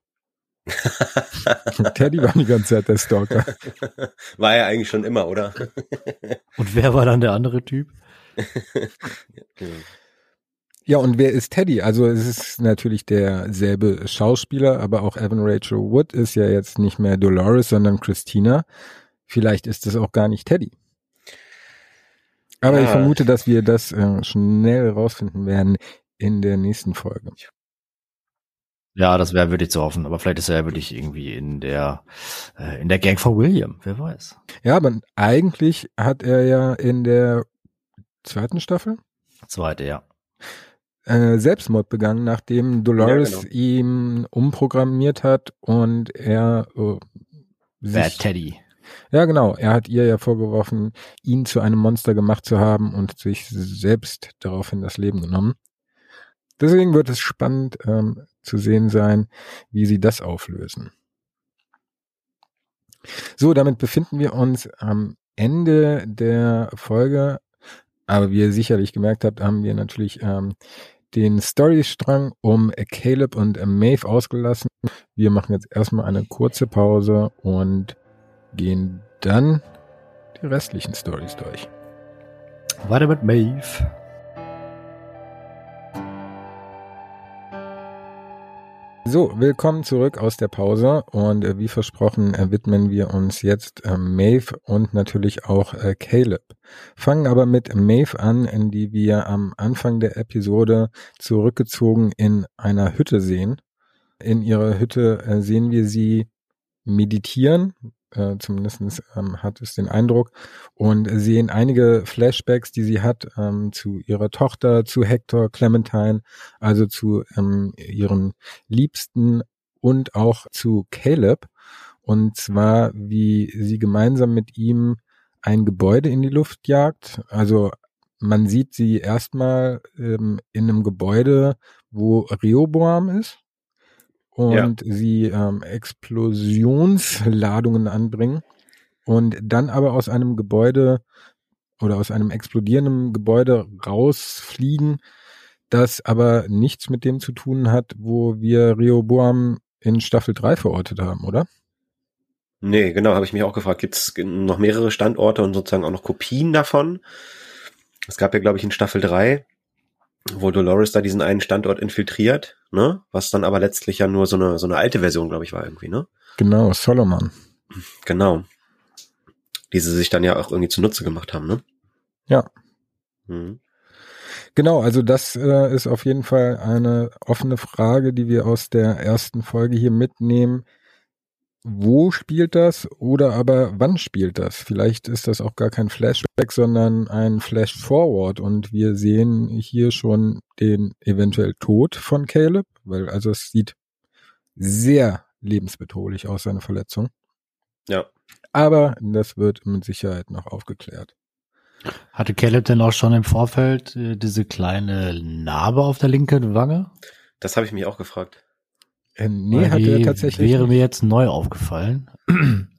Teddy war die ganze Zeit der Stalker. War er eigentlich schon immer, oder? Und wer war dann der andere Typ? Ja, und wer ist Teddy? Also es ist natürlich derselbe Schauspieler, aber auch Evan Rachel Wood ist ja jetzt nicht mehr Dolores, sondern Christina. Vielleicht ist es auch gar nicht Teddy. Aber ja, ich vermute, dass wir das schnell rausfinden werden in der nächsten Folge. Ja, das wäre wirklich zu hoffen. Aber vielleicht ist er ja wirklich irgendwie in der Gang von William. Wer weiß. Ja, aber eigentlich hat er ja in der zweiten Staffel? Zweite, ja. Selbstmord begangen, nachdem Dolores ihm umprogrammiert hat und er Bad Teddy. Ja, genau. Er hat ihr ja vorgeworfen, ihn zu einem Monster gemacht zu haben und sich selbst daraufhin das Leben genommen. Deswegen wird es spannend zu sehen sein, wie sie das auflösen. So, damit befinden wir uns am Ende der Folge. Aber wie ihr sicherlich gemerkt habt, haben wir natürlich den Storystrang um Caleb und Maeve ausgelassen. Wir machen jetzt erstmal eine kurze Pause und gehen dann die restlichen Storys durch. Weiter mit Maeve. So, willkommen zurück aus der Pause und wie versprochen widmen wir uns jetzt Maeve und natürlich auch Caleb. Fangen aber mit Maeve an, in die wir am Anfang der Episode zurückgezogen in einer Hütte sehen. In ihrer Hütte sehen wir sie meditieren, zumindest hat es den Eindruck, und sehen einige Flashbacks, die sie hat zu ihrer Tochter, zu Hector, Clementine, also zu ihren Liebsten und auch zu Caleb. Und zwar, wie sie gemeinsam mit ihm ein Gebäude in die Luft jagt. Also man sieht sie erstmal in einem Gebäude, wo Rehoboam ist. Und sie Explosionsladungen anbringen und dann aber aus einem Gebäude oder aus einem explodierenden Gebäude rausfliegen, das aber nichts mit dem zu tun hat, wo wir Rehoboam in Staffel 3 verortet haben, oder? Nee, genau, habe ich mich auch gefragt. Gibt es noch mehrere Standorte und sozusagen auch noch Kopien davon? Es gab ja, glaube ich, in Staffel 3, wo Dolores da diesen einen Standort infiltriert, ne? Was dann aber letztlich ja nur so eine alte Version, glaube ich, war irgendwie, ne? Genau, Solomon. Genau. Die sie sich dann ja auch irgendwie zunutze gemacht haben, ne? Ja. Mhm. Genau, also das ist auf jeden Fall eine offene Frage, die wir aus der ersten Folge hier mitnehmen. Wo spielt das oder aber wann spielt das? Vielleicht ist das auch gar kein Flashback, sondern ein Flash-Forward und wir sehen hier schon den eventuell Tod von Caleb, weil also es sieht sehr lebensbedrohlich aus, seine Verletzung. Ja. Aber das wird mit Sicherheit noch aufgeklärt. Hatte Caleb denn auch schon im Vorfeld diese kleine Narbe auf der linken Wange? Das habe ich mich auch gefragt. Nee, hat er tatsächlich wäre mir jetzt neu aufgefallen.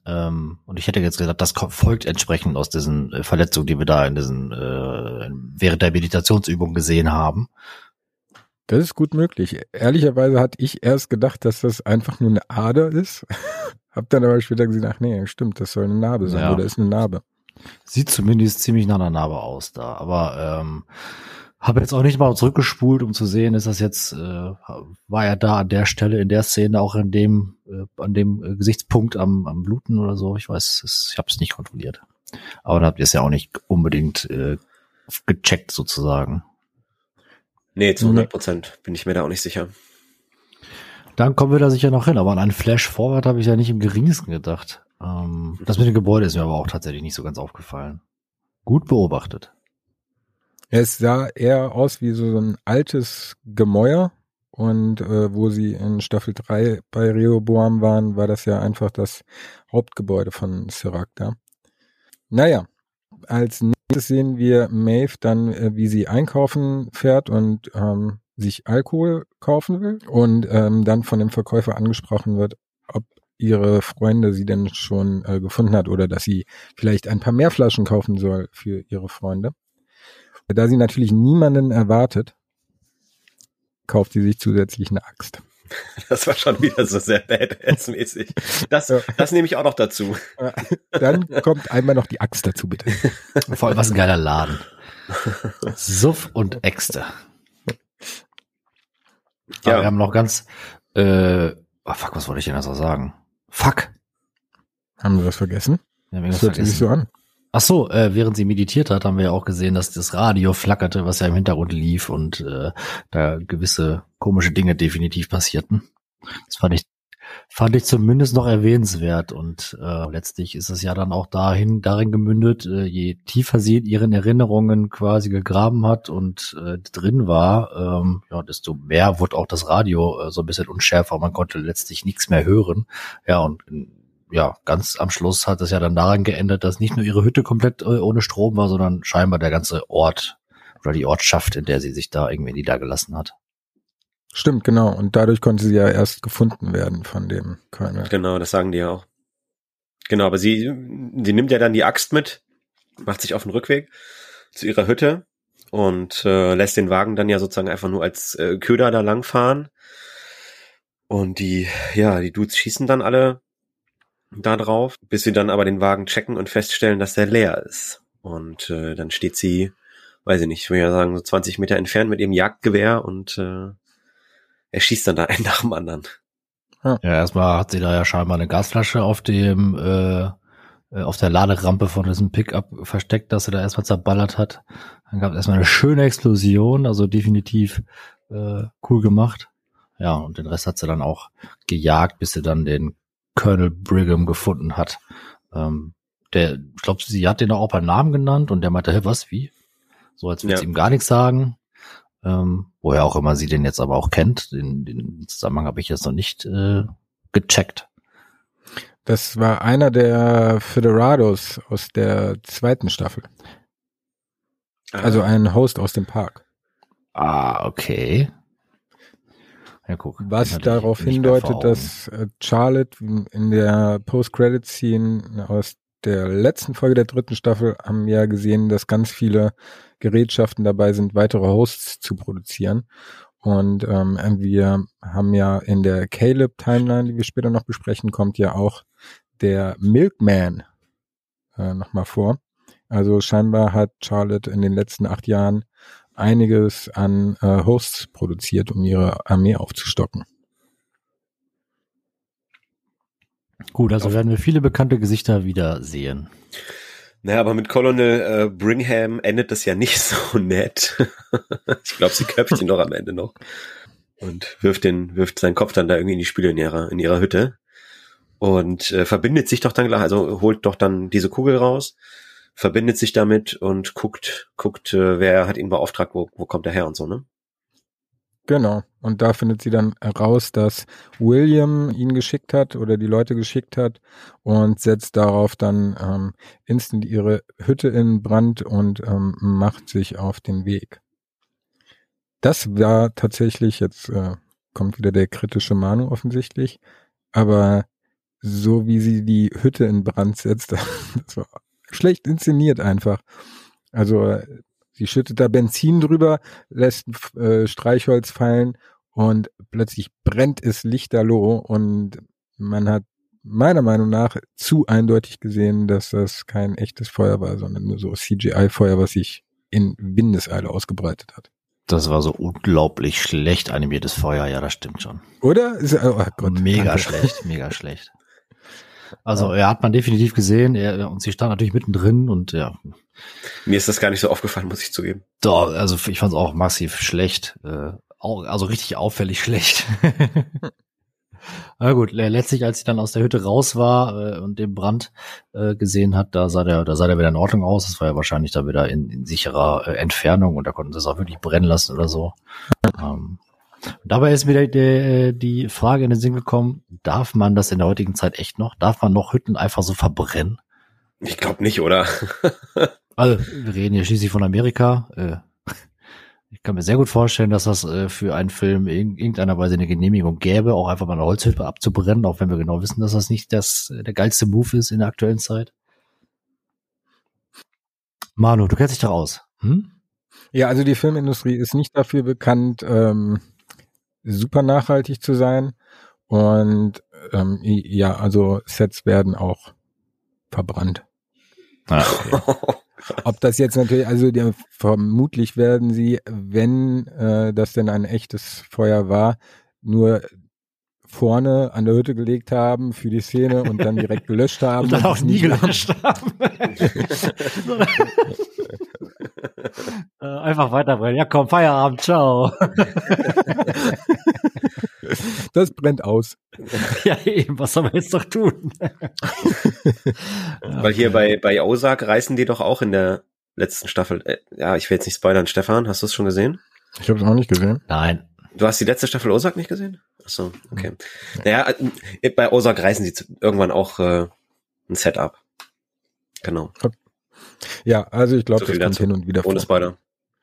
Und ich hätte jetzt gesagt, das folgt entsprechend aus diesen Verletzungen, die wir da in diesen während der Meditationsübung gesehen haben. Das ist gut möglich. Ehrlicherweise hatte ich erst gedacht, dass das einfach nur eine Ader ist. Hab dann aber später gesehen, ach nee, stimmt, das soll eine Narbe sein oder ist eine Narbe. Sieht zumindest ziemlich nach einer Narbe aus da. Aber habe jetzt auch nicht mal zurückgespult, um zu sehen, ist das jetzt, war er da an der Stelle, in der Szene auch an dem Gesichtspunkt am Bluten oder so. Ich weiß, ich habe es nicht kontrolliert. Aber da habt ihr es ja auch nicht unbedingt gecheckt sozusagen. Nee, zu 100% bin ich mir da auch nicht sicher. Dann kommen wir da sicher noch hin, aber an einen Flash-Forward habe ich ja nicht im geringsten gedacht. Das mit dem Gebäude ist mir aber auch tatsächlich nicht so ganz aufgefallen. Gut beobachtet. Es sah eher aus wie so ein altes Gemäuer und wo sie in Staffel 3 bei Rehoboam waren, war das ja einfach das Hauptgebäude von Serac da. Naja, als nächstes sehen wir Maeve dann, wie sie einkaufen fährt und sich Alkohol kaufen will und dann von dem Verkäufer angesprochen wird, ob ihre Freunde sie denn schon gefunden hat oder dass sie vielleicht ein paar mehr Flaschen kaufen soll für ihre Freunde. Da sie natürlich niemanden erwartet, kauft sie sich zusätzlich eine Axt. Das war schon wieder so sehr badass-mäßig. Das nehme ich auch noch dazu. Dann kommt einmal noch die Axt dazu, bitte. Vor allem was ein geiler Laden. Suff und Äxte. Ja. Wir haben noch ganz, fuck, was wollte ich denn da so sagen? Fuck. Haben wir was vergessen? Ja, das hört sich so an. Ach so, während sie meditiert hat, haben wir ja auch gesehen, dass das Radio flackerte, was ja im Hintergrund lief und da gewisse komische Dinge definitiv passierten. Das fand ich zumindest noch erwähnenswert und letztlich ist es ja dann auch darin gemündet, je tiefer sie in ihren Erinnerungen quasi gegraben hat und drin war, desto mehr wurde auch das Radio so ein bisschen unschärfer. Man konnte letztlich nichts mehr hören. Ja, und ganz am Schluss hat es ja dann daran geändert, dass nicht nur ihre Hütte komplett ohne Strom war, sondern scheinbar der ganze Ort oder die Ortschaft, in der sie sich da irgendwie niedergelassen hat. Stimmt, genau. Und dadurch konnte sie ja erst gefunden werden von dem Colonel. Genau, das sagen die ja auch. Genau, aber sie nimmt ja dann die Axt mit, macht sich auf den Rückweg zu ihrer Hütte und lässt den Wagen dann ja sozusagen einfach nur als Köder da langfahren. Und die Dudes schießen dann alle da drauf, bis sie dann aber den Wagen checken und feststellen, dass der leer ist. Und dann steht sie, weiß ich nicht, ich würde ja sagen, so 20 Meter entfernt mit ihrem Jagdgewehr und er schießt dann da einen nach dem anderen. Ja, erstmal hat sie da ja scheinbar eine Gasflasche auf der Laderampe von diesem Pickup versteckt, dass sie da erstmal zerballert hat. Dann gab es erstmal eine schöne Explosion, also definitiv cool gemacht. Ja, und den Rest hat sie dann auch gejagt, bis sie dann den Colonel Brigham gefunden hat. Ich glaube, sie hat den auch beim Namen genannt und der meinte, hey, was, wie? So, als würde sie ihm gar nichts sagen. Woher auch immer sie den jetzt aber auch kennt. Den Zusammenhang habe ich jetzt noch nicht gecheckt. Das war einer der Federados aus der 2. Staffel. Also ein Host aus dem Park. Ah, okay. Ja, guck. Was darauf hindeutet, dass Charlotte in der Post-Credit-Scene aus der letzten Folge der 3. Staffel haben wir ja gesehen, dass ganz viele Gerätschaften dabei sind, weitere Hosts zu produzieren. Und wir haben ja in der Caleb-Timeline, die wir später noch besprechen, kommt ja auch der Milkman nochmal vor. Also scheinbar hat Charlotte in den letzten 8 Jahren einiges an Hosts produziert, um ihre Armee aufzustocken. Gut, also werden wir viele bekannte Gesichter wieder sehen. Naja, aber mit Colonel Brigham endet das ja nicht so nett. Ich glaube, sie köpft ihn doch am Ende noch und wirft seinen Kopf dann da irgendwie in die Spüle in ihrer Hütte und verbindet sich doch dann gleich, also holt doch dann diese Kugel raus, verbindet sich damit und guckt, wer hat ihn beauftragt, wo kommt er her und so, ne? Genau. Und da findet sie dann heraus, dass William ihn geschickt hat oder die Leute geschickt hat und setzt darauf dann instant ihre Hütte in Brand und macht sich auf den Weg. Das war tatsächlich, jetzt kommt wieder der kritische Manu offensichtlich, aber so wie sie die Hütte in Brand setzt, das war schlecht inszeniert einfach. Also sie schüttet da Benzin drüber, lässt Streichholz fallen und plötzlich brennt es lichterloh und man hat meiner Meinung nach zu eindeutig gesehen, dass das kein echtes Feuer war, sondern nur so CGI-Feuer, was sich in Windeseile ausgebreitet hat. Das war so unglaublich schlecht animiertes Feuer, ja, das stimmt schon. Oder? Oh Gott, mega schlecht, mega schlecht. Also er hat man definitiv gesehen, und sie stand natürlich mittendrin und ja. Mir ist das gar nicht so aufgefallen, muss ich zugeben. Doch, also ich fand es auch massiv schlecht, also richtig auffällig schlecht. Na gut, letztlich, als sie dann aus der Hütte raus war und den Brand gesehen hat, da sah der wieder in Ordnung aus. Das war ja wahrscheinlich da wieder in sicherer Entfernung und da konnten sie es auch wirklich brennen lassen oder so. Dabei ist mir die Frage in den Sinn gekommen, darf man das in der heutigen Zeit echt noch? Darf man noch Hütten einfach so verbrennen? Ich glaube nicht, oder? Also, wir reden hier schließlich von Amerika. Ich kann mir sehr gut vorstellen, dass das für einen Film in irgendeiner Weise eine Genehmigung gäbe, auch einfach mal eine Holzhütte abzubrennen, auch wenn wir genau wissen, dass das nicht der geilste Move ist in der aktuellen Zeit. Manu, du kennst dich doch aus. Hm? Ja, also die Filmindustrie ist nicht dafür bekannt, super nachhaltig zu sein. Und ja, also Sets werden auch verbrannt. Ah, okay. Ob das jetzt natürlich, also vermutlich werden sie, wenn das denn ein echtes Feuer war, nur vorne an der Hütte gelegt haben für die Szene und dann direkt gelöscht haben. Und dann auch nie gelöscht haben. Einfach weiterbrennen. Ja komm, Feierabend, ciao. Das brennt aus. Ja eben, was soll man jetzt doch tun? Weil hier bei Ozark reißen die doch auch in der letzten Staffel. Ja, ich will jetzt nicht spoilern. Stefan, hast du es schon gesehen? Ich habe es auch nicht gesehen. Nein. Du hast die letzte Staffel Ozark nicht gesehen? Achso, okay. Naja, bei Ozark reißen sie irgendwann auch ein Setup. Genau. Ja, also ich glaube, So das kommt hin und wieder vor. Ohne Spoiler.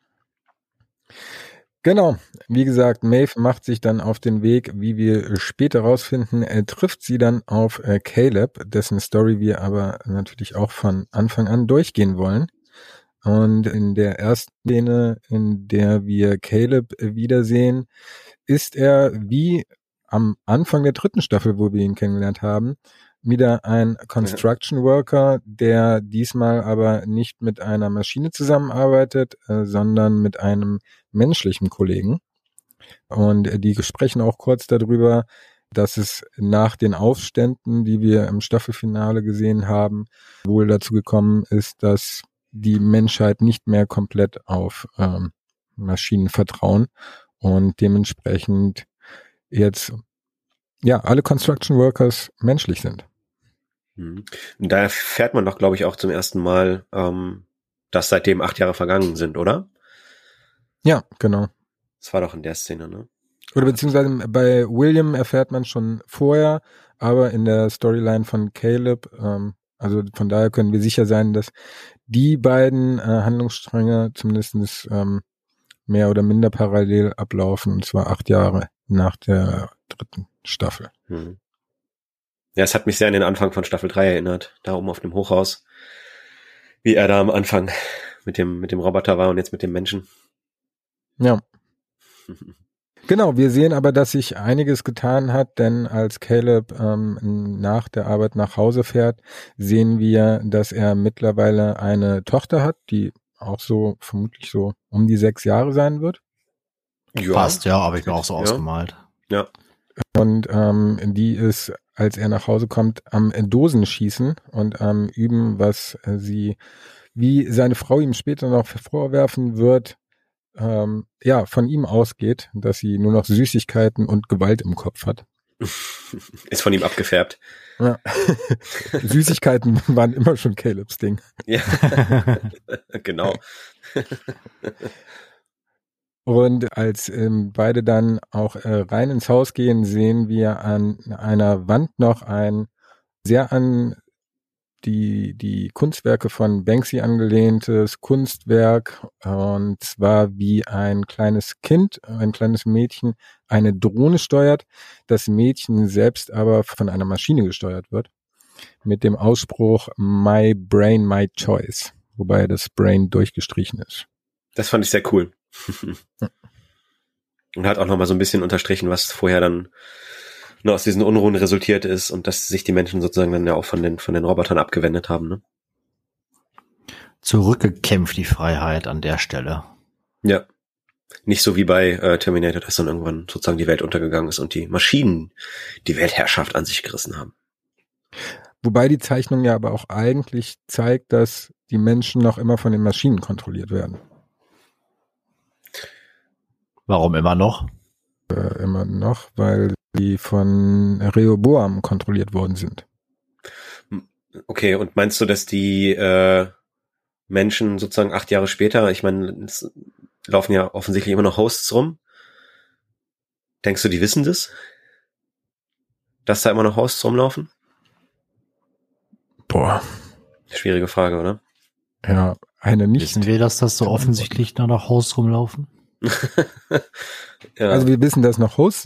Genau, wie gesagt, Maeve macht sich dann auf den Weg, wie wir später rausfinden, trifft sie dann auf Caleb, dessen Story wir aber natürlich auch von Anfang an durchgehen wollen. Und in der ersten Szene, in der wir Caleb wiedersehen, ist er wie am Anfang der 3. Staffel, wo wir ihn kennengelernt haben, wieder ein Construction Worker, der diesmal aber nicht mit einer Maschine zusammenarbeitet, sondern mit einem menschlichen Kollegen. Und die sprechen auch kurz darüber, dass es nach den Aufständen, die wir im Staffelfinale gesehen haben, wohl dazu gekommen ist, dass die Menschheit nicht mehr komplett auf Maschinen vertrauen und dementsprechend jetzt ja alle Construction Workers menschlich sind. Und da erfährt man doch, glaube ich, auch zum ersten Mal, dass seitdem 8 Jahre vergangen sind, oder? Ja, genau. Das war doch in der Szene, ne? Oder beziehungsweise bei William erfährt man schon vorher, aber in der Storyline von Caleb, also von daher können wir sicher sein, dass die beiden Handlungsstränge zumindest mehr oder minder parallel ablaufen, und zwar 8 Jahre nach der 3. Staffel. Ja, es hat mich sehr an den Anfang von Staffel 3 erinnert, da oben auf dem Hochhaus, wie er da am Anfang mit dem Roboter war und jetzt mit dem Menschen. Ja. Genau, wir sehen aber, dass sich einiges getan hat, denn als Caleb nach der Arbeit nach Hause fährt, sehen wir, dass er mittlerweile eine Tochter hat, die auch so vermutlich so um die 6 Jahre sein wird. Ja. Passt, ja, habe ich mir auch so ausgemalt. Ja. Und die ist, als er nach Hause kommt, am Dosenschießen und am Üben, was sie, wie seine Frau ihm später noch vorwerfen wird, ja, von ihm ausgeht, dass sie nur noch Süßigkeiten und Gewalt im Kopf hat. Ist von ihm abgefärbt. Ja. Süßigkeiten waren immer schon Calebs Ding. Ja, genau. Und als beide dann auch rein ins Haus gehen, sehen wir an einer Wand noch ein sehr an die Kunstwerke von Banksy angelehntes Kunstwerk, und zwar wie ein kleines Mädchen eine Drohne steuert, das Mädchen selbst aber von einer Maschine gesteuert wird, mit dem Ausspruch My Brain, My Choice, wobei das Brain durchgestrichen ist. Das fand ich sehr cool. Und hat auch nochmal so ein bisschen unterstrichen, was vorher dann nur aus diesen Unruhen resultiert ist und dass sich die Menschen sozusagen dann ja auch von den Robotern abgewendet haben, ne? Zurückgekämpft die Freiheit an der Stelle. Ja. Nicht so wie bei Terminator, dass dann irgendwann sozusagen die Welt untergegangen ist und die Maschinen die Weltherrschaft an sich gerissen haben. Wobei die Zeichnung ja aber auch eigentlich zeigt, dass die Menschen noch immer von den Maschinen kontrolliert werden. Warum immer noch? Immer noch, weil die von Rehoboam kontrolliert worden sind. Okay, und meinst du, dass die Menschen sozusagen 8 Jahre später, ich meine, es laufen ja offensichtlich immer noch Hosts rum. Denkst du, die wissen das? Dass da immer noch Hosts rumlaufen? Boah. Schwierige Frage, oder? Ja, eine nicht. Wissen wir, dass das so offensichtlich noch Hosts rumlaufen? Ja. Also wir wissen, dass noch Hosts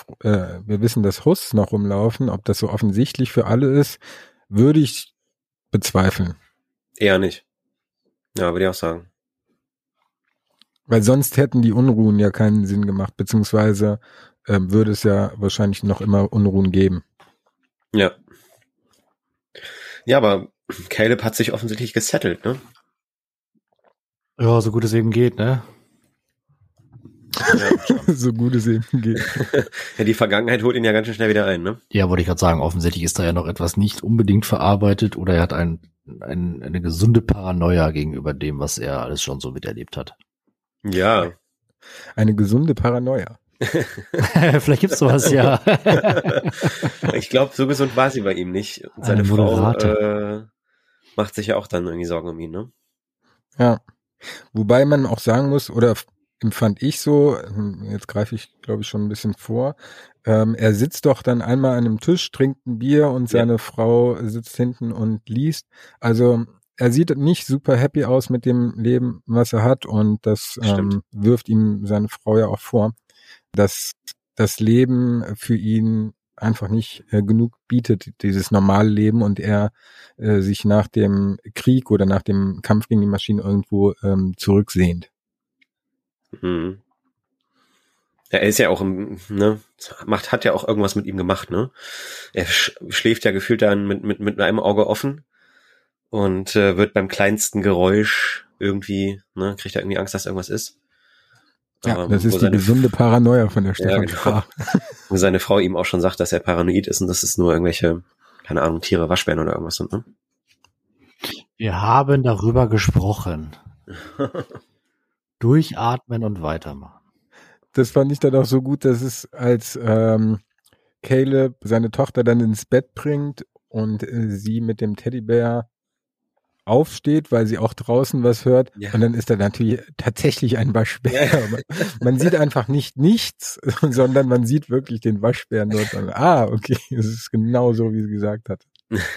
noch rumlaufen. Ob das so offensichtlich für alle ist, würde ich bezweifeln. Eher nicht. Ja, würde ich auch sagen. Weil sonst hätten die Unruhen ja keinen Sinn gemacht, beziehungsweise würde es ja wahrscheinlich noch immer Unruhen geben. Ja. Ja, aber Caleb hat sich offensichtlich gesettelt, ne? Ja, so gut es eben geht, ne? Ja, So gut es eben geht. ja, die Vergangenheit holt ihn ja ganz schön schnell wieder ein, ne? Ja, wollte ich gerade sagen, offensichtlich ist da ja noch etwas nicht unbedingt verarbeitet oder er hat eine gesunde Paranoia gegenüber dem, was er alles schon so miterlebt hat. Ja. Eine gesunde Paranoia. Vielleicht gibt's sowas, ja. Ich glaube, so gesund war sie bei ihm nicht. Und seine Frau macht sich ja auch dann irgendwie Sorgen um ihn, ne? Ja. Wobei man auch sagen muss, oder empfand ich so, jetzt greife ich, glaube ich, schon ein bisschen vor, er sitzt doch dann einmal an einem Tisch, trinkt ein Bier und seine Frau sitzt hinten und liest. Also er sieht nicht super happy aus mit dem Leben, was er hat, und das wirft ihm seine Frau ja auch vor, dass das Leben für ihn einfach nicht genug bietet, dieses normale Leben, und er sich nach dem Krieg oder nach dem Kampf gegen die Maschinen irgendwo zurücksehnt. Mhm. Ja, er ist ja auch hat ja auch irgendwas mit ihm gemacht, ne? Er schläft ja gefühlt dann mit einem Auge offen und wird beim kleinsten Geräusch irgendwie, ne, kriegt er irgendwie Angst, dass irgendwas ist. Ja, das ist die gesunde Paranoia von der Stefan Frau. Wo seine Frau ihm auch schon sagt, dass er paranoid ist und dass es nur irgendwelche, keine Ahnung, Tiere, Waschbären oder irgendwas sind, ne? Wir haben darüber gesprochen. Durchatmen und weitermachen. Das fand ich dann auch so gut, dass es als Caleb seine Tochter dann ins Bett bringt und sie mit dem Teddybär aufsteht, weil sie auch draußen was hört. Ja. Und dann ist da natürlich tatsächlich ein Waschbär. Ja. Man sieht einfach nicht nichts, sondern man sieht wirklich den Waschbären dort. Und, okay, es ist genau so, wie sie gesagt hat.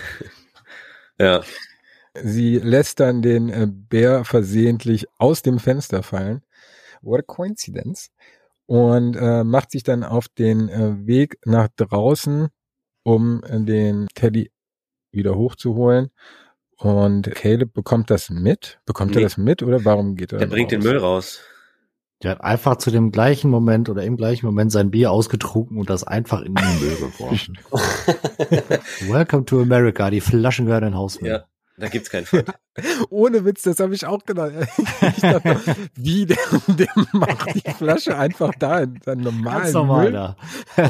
Ja. Sie lässt dann den Bär versehentlich aus dem Fenster fallen. What a coincidence. Und macht sich dann auf den Weg nach draußen, um den Teddy wieder hochzuholen. Und Caleb bekommt das mit. Bekommt er das mit, oder warum geht er? Der bringt den Müll raus. Der hat einfach zu dem gleichen Moment oder im gleichen Moment sein Bier ausgetrunken und das einfach in den Müll geworfen. Welcome to America. Die Flaschen gehören in den Hausmüll. Ja, da gibt's keinen Pfand. Ohne Witz, das habe ich auch gedacht. Ich dachte, wie der macht die Flasche einfach da in seinen normalen Ganz normal Müll. Da.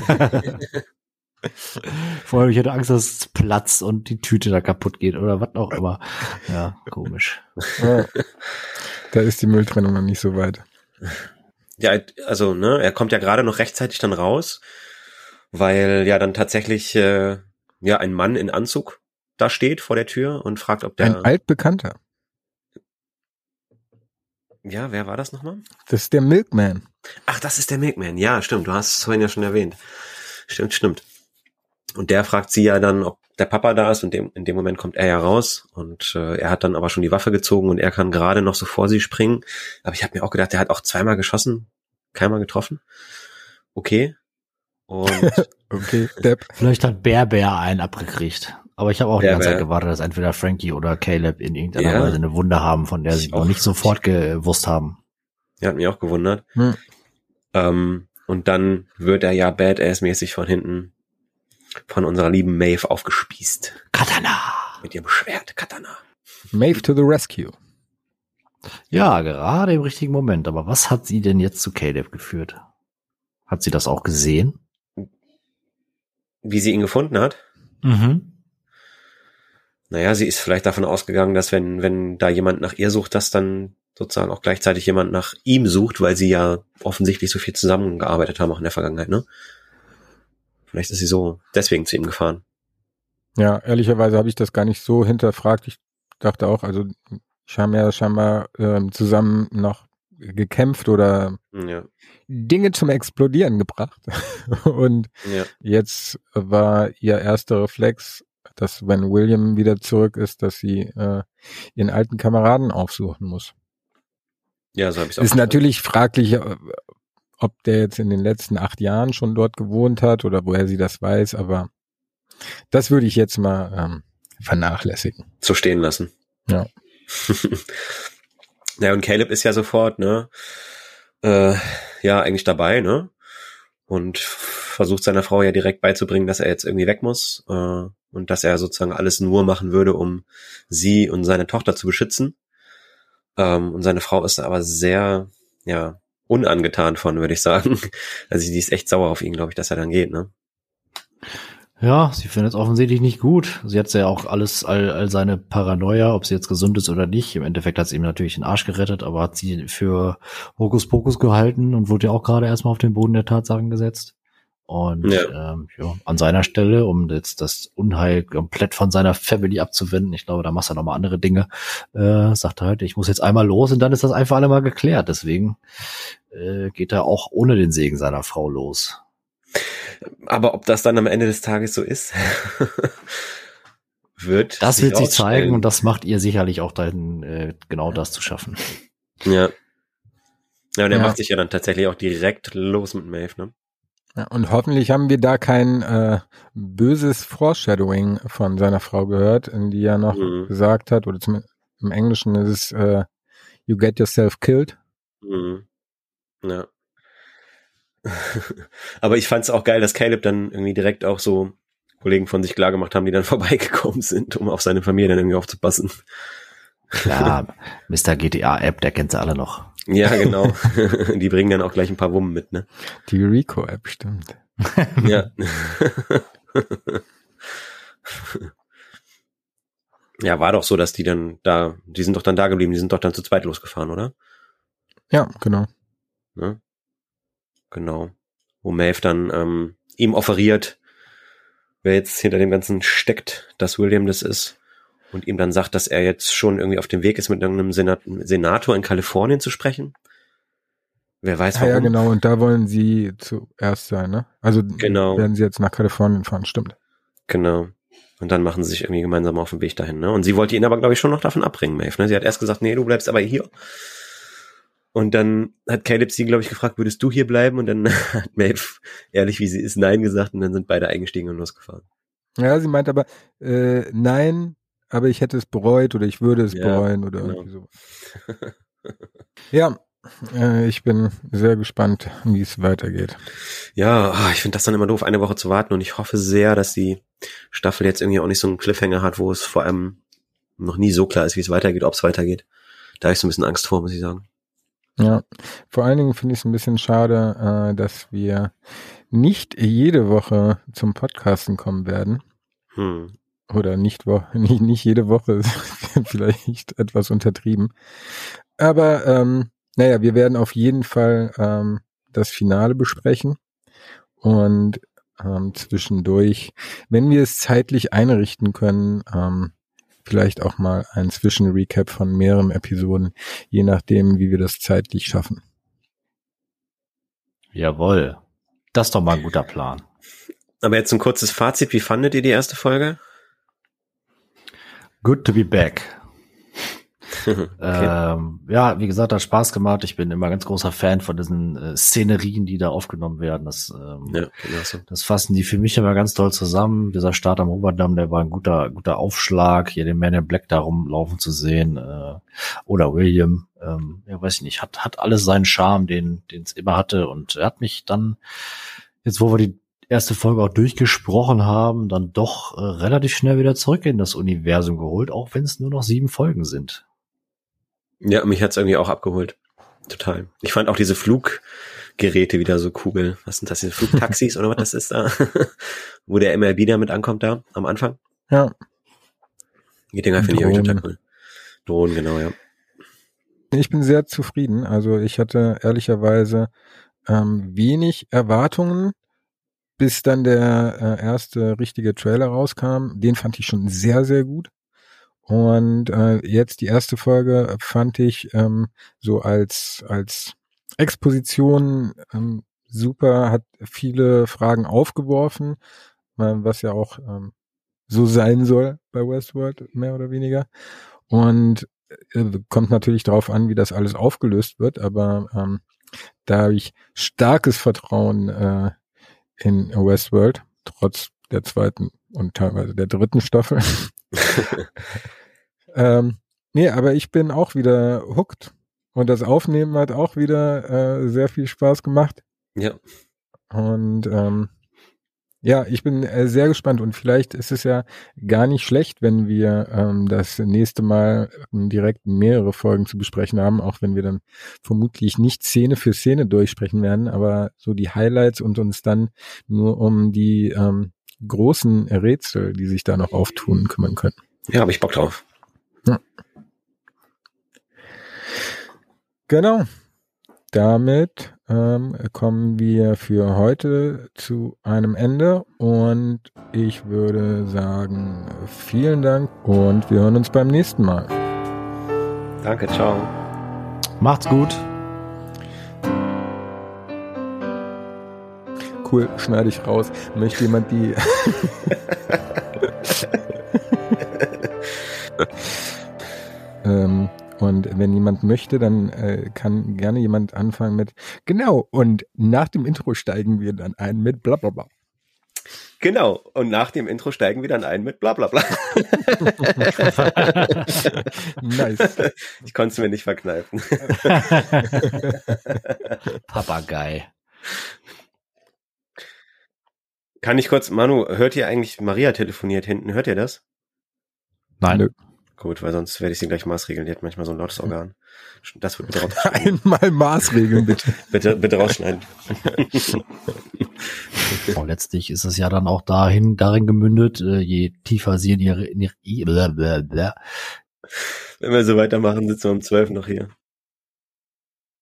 Vor allem, ich hatte Angst, dass es platzt und die Tüte da kaputt geht oder was auch immer. Ja, komisch. Ja, da ist die Mülltrennung noch nicht so weit. Ja, also, ne, er kommt ja gerade noch rechtzeitig dann raus, weil ja dann tatsächlich ein Mann in Anzug da steht vor der Tür und fragt, ob der... Ein Altbekannter. Ja, wer war das nochmal? Das ist der Milkman. Ach, das ist der Milkman. Ja, stimmt, du hast es vorhin ja schon erwähnt. Stimmt. Und der fragt sie ja dann, ob der Papa da ist und in dem Moment kommt er ja raus und er hat dann aber schon die Waffe gezogen und er kann gerade noch so vor sie springen. Aber ich habe mir auch gedacht, der hat auch zweimal geschossen, keinmal getroffen. Okay. Und okay, Depp. Vielleicht hat Bär einen abgekriegt. Aber ich habe auch die ganze Zeit Bär. gewartet, dass entweder Frankie oder Caleb in irgendeiner Ja. Weise eine Wunde haben, von der sie Ich noch auch. nicht sofort gewusst haben. Ja, hat mich auch gewundert. Hm. Und dann wird er ja Badass-mäßig von hinten von unserer lieben Maeve aufgespießt. Katana! Mit ihrem Schwert, Katana. Maeve to the rescue. Ja, gerade im richtigen Moment. Aber was hat sie denn jetzt zu Caleb geführt? Hat sie das auch gesehen? Wie sie ihn gefunden hat? Mhm. Naja, sie ist vielleicht davon ausgegangen, dass wenn da jemand nach ihr sucht, dass dann sozusagen auch gleichzeitig jemand nach ihm sucht, weil sie ja offensichtlich so viel zusammengearbeitet haben auch in der Vergangenheit, ne? Vielleicht ist sie so deswegen zu ihm gefahren. Ja, ehrlicherweise habe ich das gar nicht so hinterfragt. Ich dachte auch, also haben ja scheinbar zusammen noch gekämpft oder Ja, Dinge zum Explodieren gebracht. Und ja. jetzt war ihr erster Reflex, dass wenn William wieder zurück ist, dass sie ihren alten Kameraden aufsuchen muss. Ja, so habe ich es auch Ist verstanden. natürlich fraglich, ob der jetzt in den letzten 8 Jahren schon dort gewohnt hat oder woher sie das weiß, aber das würde ich jetzt mal vernachlässigen. So stehen lassen. Ja. Ja, und Caleb ist ja sofort, ne, ja, eigentlich dabei, ne, und versucht seiner Frau ja direkt beizubringen, dass er jetzt irgendwie weg muss, und dass er sozusagen alles nur machen würde, um sie und seine Tochter zu beschützen. Und seine Frau ist aber sehr, ja, unangetan von, würde ich sagen. Also die ist echt sauer auf ihn, glaube ich, dass er dann geht, ne. Ja, sie findet es offensichtlich nicht gut. Sie hat ja auch all seine Paranoia, ob sie jetzt gesund ist oder nicht. Im Endeffekt hat sie ihm natürlich den Arsch gerettet, aber hat sie für Hokuspokus gehalten und wurde ja auch gerade erstmal auf den Boden der Tatsachen gesetzt. Und Ja. An seiner Stelle, um jetzt das Unheil komplett von seiner Family abzuwenden, ich glaube, da machst du nochmal andere Dinge, sagt er halt, ich muss jetzt einmal los und dann ist das einfach alle mal geklärt. Deswegen geht er auch ohne den Segen seiner Frau los. Aber ob das dann am Ende des Tages so ist, wird Das wird sich zeigen rausstellen. und das macht ihr sicherlich auch dahin, genau das zu schaffen. Ja. Ja, und er Ja. macht sich ja dann tatsächlich auch direkt los mit Maeve, ne? Ja, und hoffentlich haben wir da kein böses Foreshadowing von seiner Frau gehört, in die er noch gesagt hat, oder zumindest im Englischen ist es you get yourself killed. Mhm. Ja. Aber ich fand's auch geil, dass Caleb dann irgendwie direkt auch so Kollegen von sich klar gemacht haben, die dann vorbeigekommen sind, um auf seine Familie dann irgendwie aufzupassen. Klar, Mr. GTA-App, der kennt sie alle noch. Ja, genau. Die bringen dann auch gleich ein paar Wummen mit, ne? Die Rico-App, stimmt. Ja. Ja, war doch so, dass die sind doch dann da geblieben, die sind doch dann zu zweit losgefahren, oder? Ja, genau. Ne? Genau. Wo Maeve dann ihm offeriert, wer jetzt hinter dem Ganzen steckt, dass William das ist. Und ihm dann sagt, dass er jetzt schon irgendwie auf dem Weg ist, mit irgendeinem Senator in Kalifornien zu sprechen. Wer weiß warum. Ja, genau, und da wollen sie zuerst sein, ne? Also Genau. werden sie jetzt nach Kalifornien fahren, stimmt. Genau. Und dann machen sie sich irgendwie gemeinsam auf den Weg dahin, ne? Und sie wollte ihn aber, glaube ich, schon noch davon abbringen, Maeve, ne? Sie hat erst gesagt, nee, du bleibst aber hier. Und dann hat Caleb sie, glaube ich, gefragt, würdest du hier bleiben? Und dann hat Maeve, ehrlich wie sie ist, nein gesagt. Und dann sind beide eingestiegen und losgefahren. Ja, sie meint aber, nein, aber ich hätte es bereut oder ich würde es Ja, bereuen oder genau. irgendwie so. Ja, ich bin sehr gespannt, wie es weitergeht. Ja, ich finde das dann immer doof, eine Woche zu warten. Und ich hoffe sehr, dass die Staffel jetzt irgendwie auch nicht so einen Cliffhanger hat, wo es vor allem noch nie so klar ist, wie es weitergeht, ob es weitergeht. Da habe ich so ein bisschen Angst vor, muss ich sagen. Ja, vor allen Dingen finde ich es ein bisschen schade, dass wir nicht jede Woche zum Podcasten kommen werden. Oder nicht jede Woche, ist vielleicht etwas untertrieben. Aber naja, wir werden auf jeden Fall das Finale besprechen und zwischendurch, wenn wir es zeitlich einrichten können, vielleicht auch mal ein Zwischenrecap von mehreren Episoden, je nachdem, wie wir das zeitlich schaffen. Jawohl. Das ist doch mal ein guter Plan. Aber jetzt ein kurzes Fazit. Wie fandet ihr die erste Folge? Good to be back. Okay. Ja, wie gesagt, hat Spaß gemacht. Ich bin immer ganz großer Fan von diesen Szenerien, die da aufgenommen werden. Das fassen die für mich immer ganz toll zusammen. Dieser Start am Oberdamm, der war ein guter Aufschlag, hier den Man in Black da rumlaufen zu sehen, oder William, ja, weiß ich nicht, hat alles seinen Charme, den es immer hatte, und er hat mich dann, jetzt wo wir die erste Folge auch durchgesprochen haben, dann doch relativ schnell wieder zurück in das Universum geholt, auch wenn es nur noch 7 Folgen sind. Ja, mich hat's irgendwie auch abgeholt. Total. Ich fand auch diese Fluggeräte wieder so cool. Was sind das, diese Flugtaxis oder was das ist da? Wo der MLB damit ankommt da am Anfang. Ja. Die Dinger finde ich irgendwie total cool. Drohnen, genau, ja. Ich bin sehr zufrieden. Also ich hatte ehrlicherweise wenig Erwartungen, bis dann der erste richtige Trailer rauskam. Den fand ich schon sehr, sehr gut. Und jetzt die erste Folge fand ich so als Exposition super, hat viele Fragen aufgeworfen, was ja auch so sein soll bei Westworld, mehr oder weniger. Und kommt natürlich darauf an, wie das alles aufgelöst wird, aber da habe ich starkes Vertrauen in Westworld, trotz der 2. und teilweise der 3. Staffel. Nee, aber ich bin auch wieder hooked und das Aufnehmen hat auch wieder sehr viel Spaß gemacht. Ja. Und ja, ich bin sehr gespannt und vielleicht ist es ja gar nicht schlecht, wenn wir das nächste Mal direkt mehrere Folgen zu besprechen haben, auch wenn wir dann vermutlich nicht Szene für Szene durchsprechen werden, aber so die Highlights und uns dann nur um die großen Rätsel, die sich da noch auftun, kümmern können. Ja, habe ich Bock drauf. Ja. Genau. Damit kommen wir für heute zu einem Ende und ich würde sagen, vielen Dank und wir hören uns beim nächsten Mal. Danke, ciao. Macht's gut. Cool, schneide ich raus. Möchte jemand die... Und wenn jemand möchte, dann kann gerne jemand anfangen mit, genau, und nach dem Intro steigen wir dann ein mit bla bla bla. Genau, und nach dem Intro steigen wir dann ein mit bla bla bla. Nice. Ich konnte es mir nicht verkneifen. Papagei. Kann ich kurz, Manu, hört ihr eigentlich, Maria telefoniert hinten, hört ihr das? Nein. Nö. Gut, weil sonst werde ich sie gleich maßregeln. Die hat manchmal so ein lautes Organ. Das wird bitte rausschneiden. Einmal Maßregeln, bitte. bitte rausschneiden. Letztlich ist es ja dann auch darin gemündet, je tiefer sie in ihre Wenn wir so weitermachen, sitzen wir um 12 noch hier.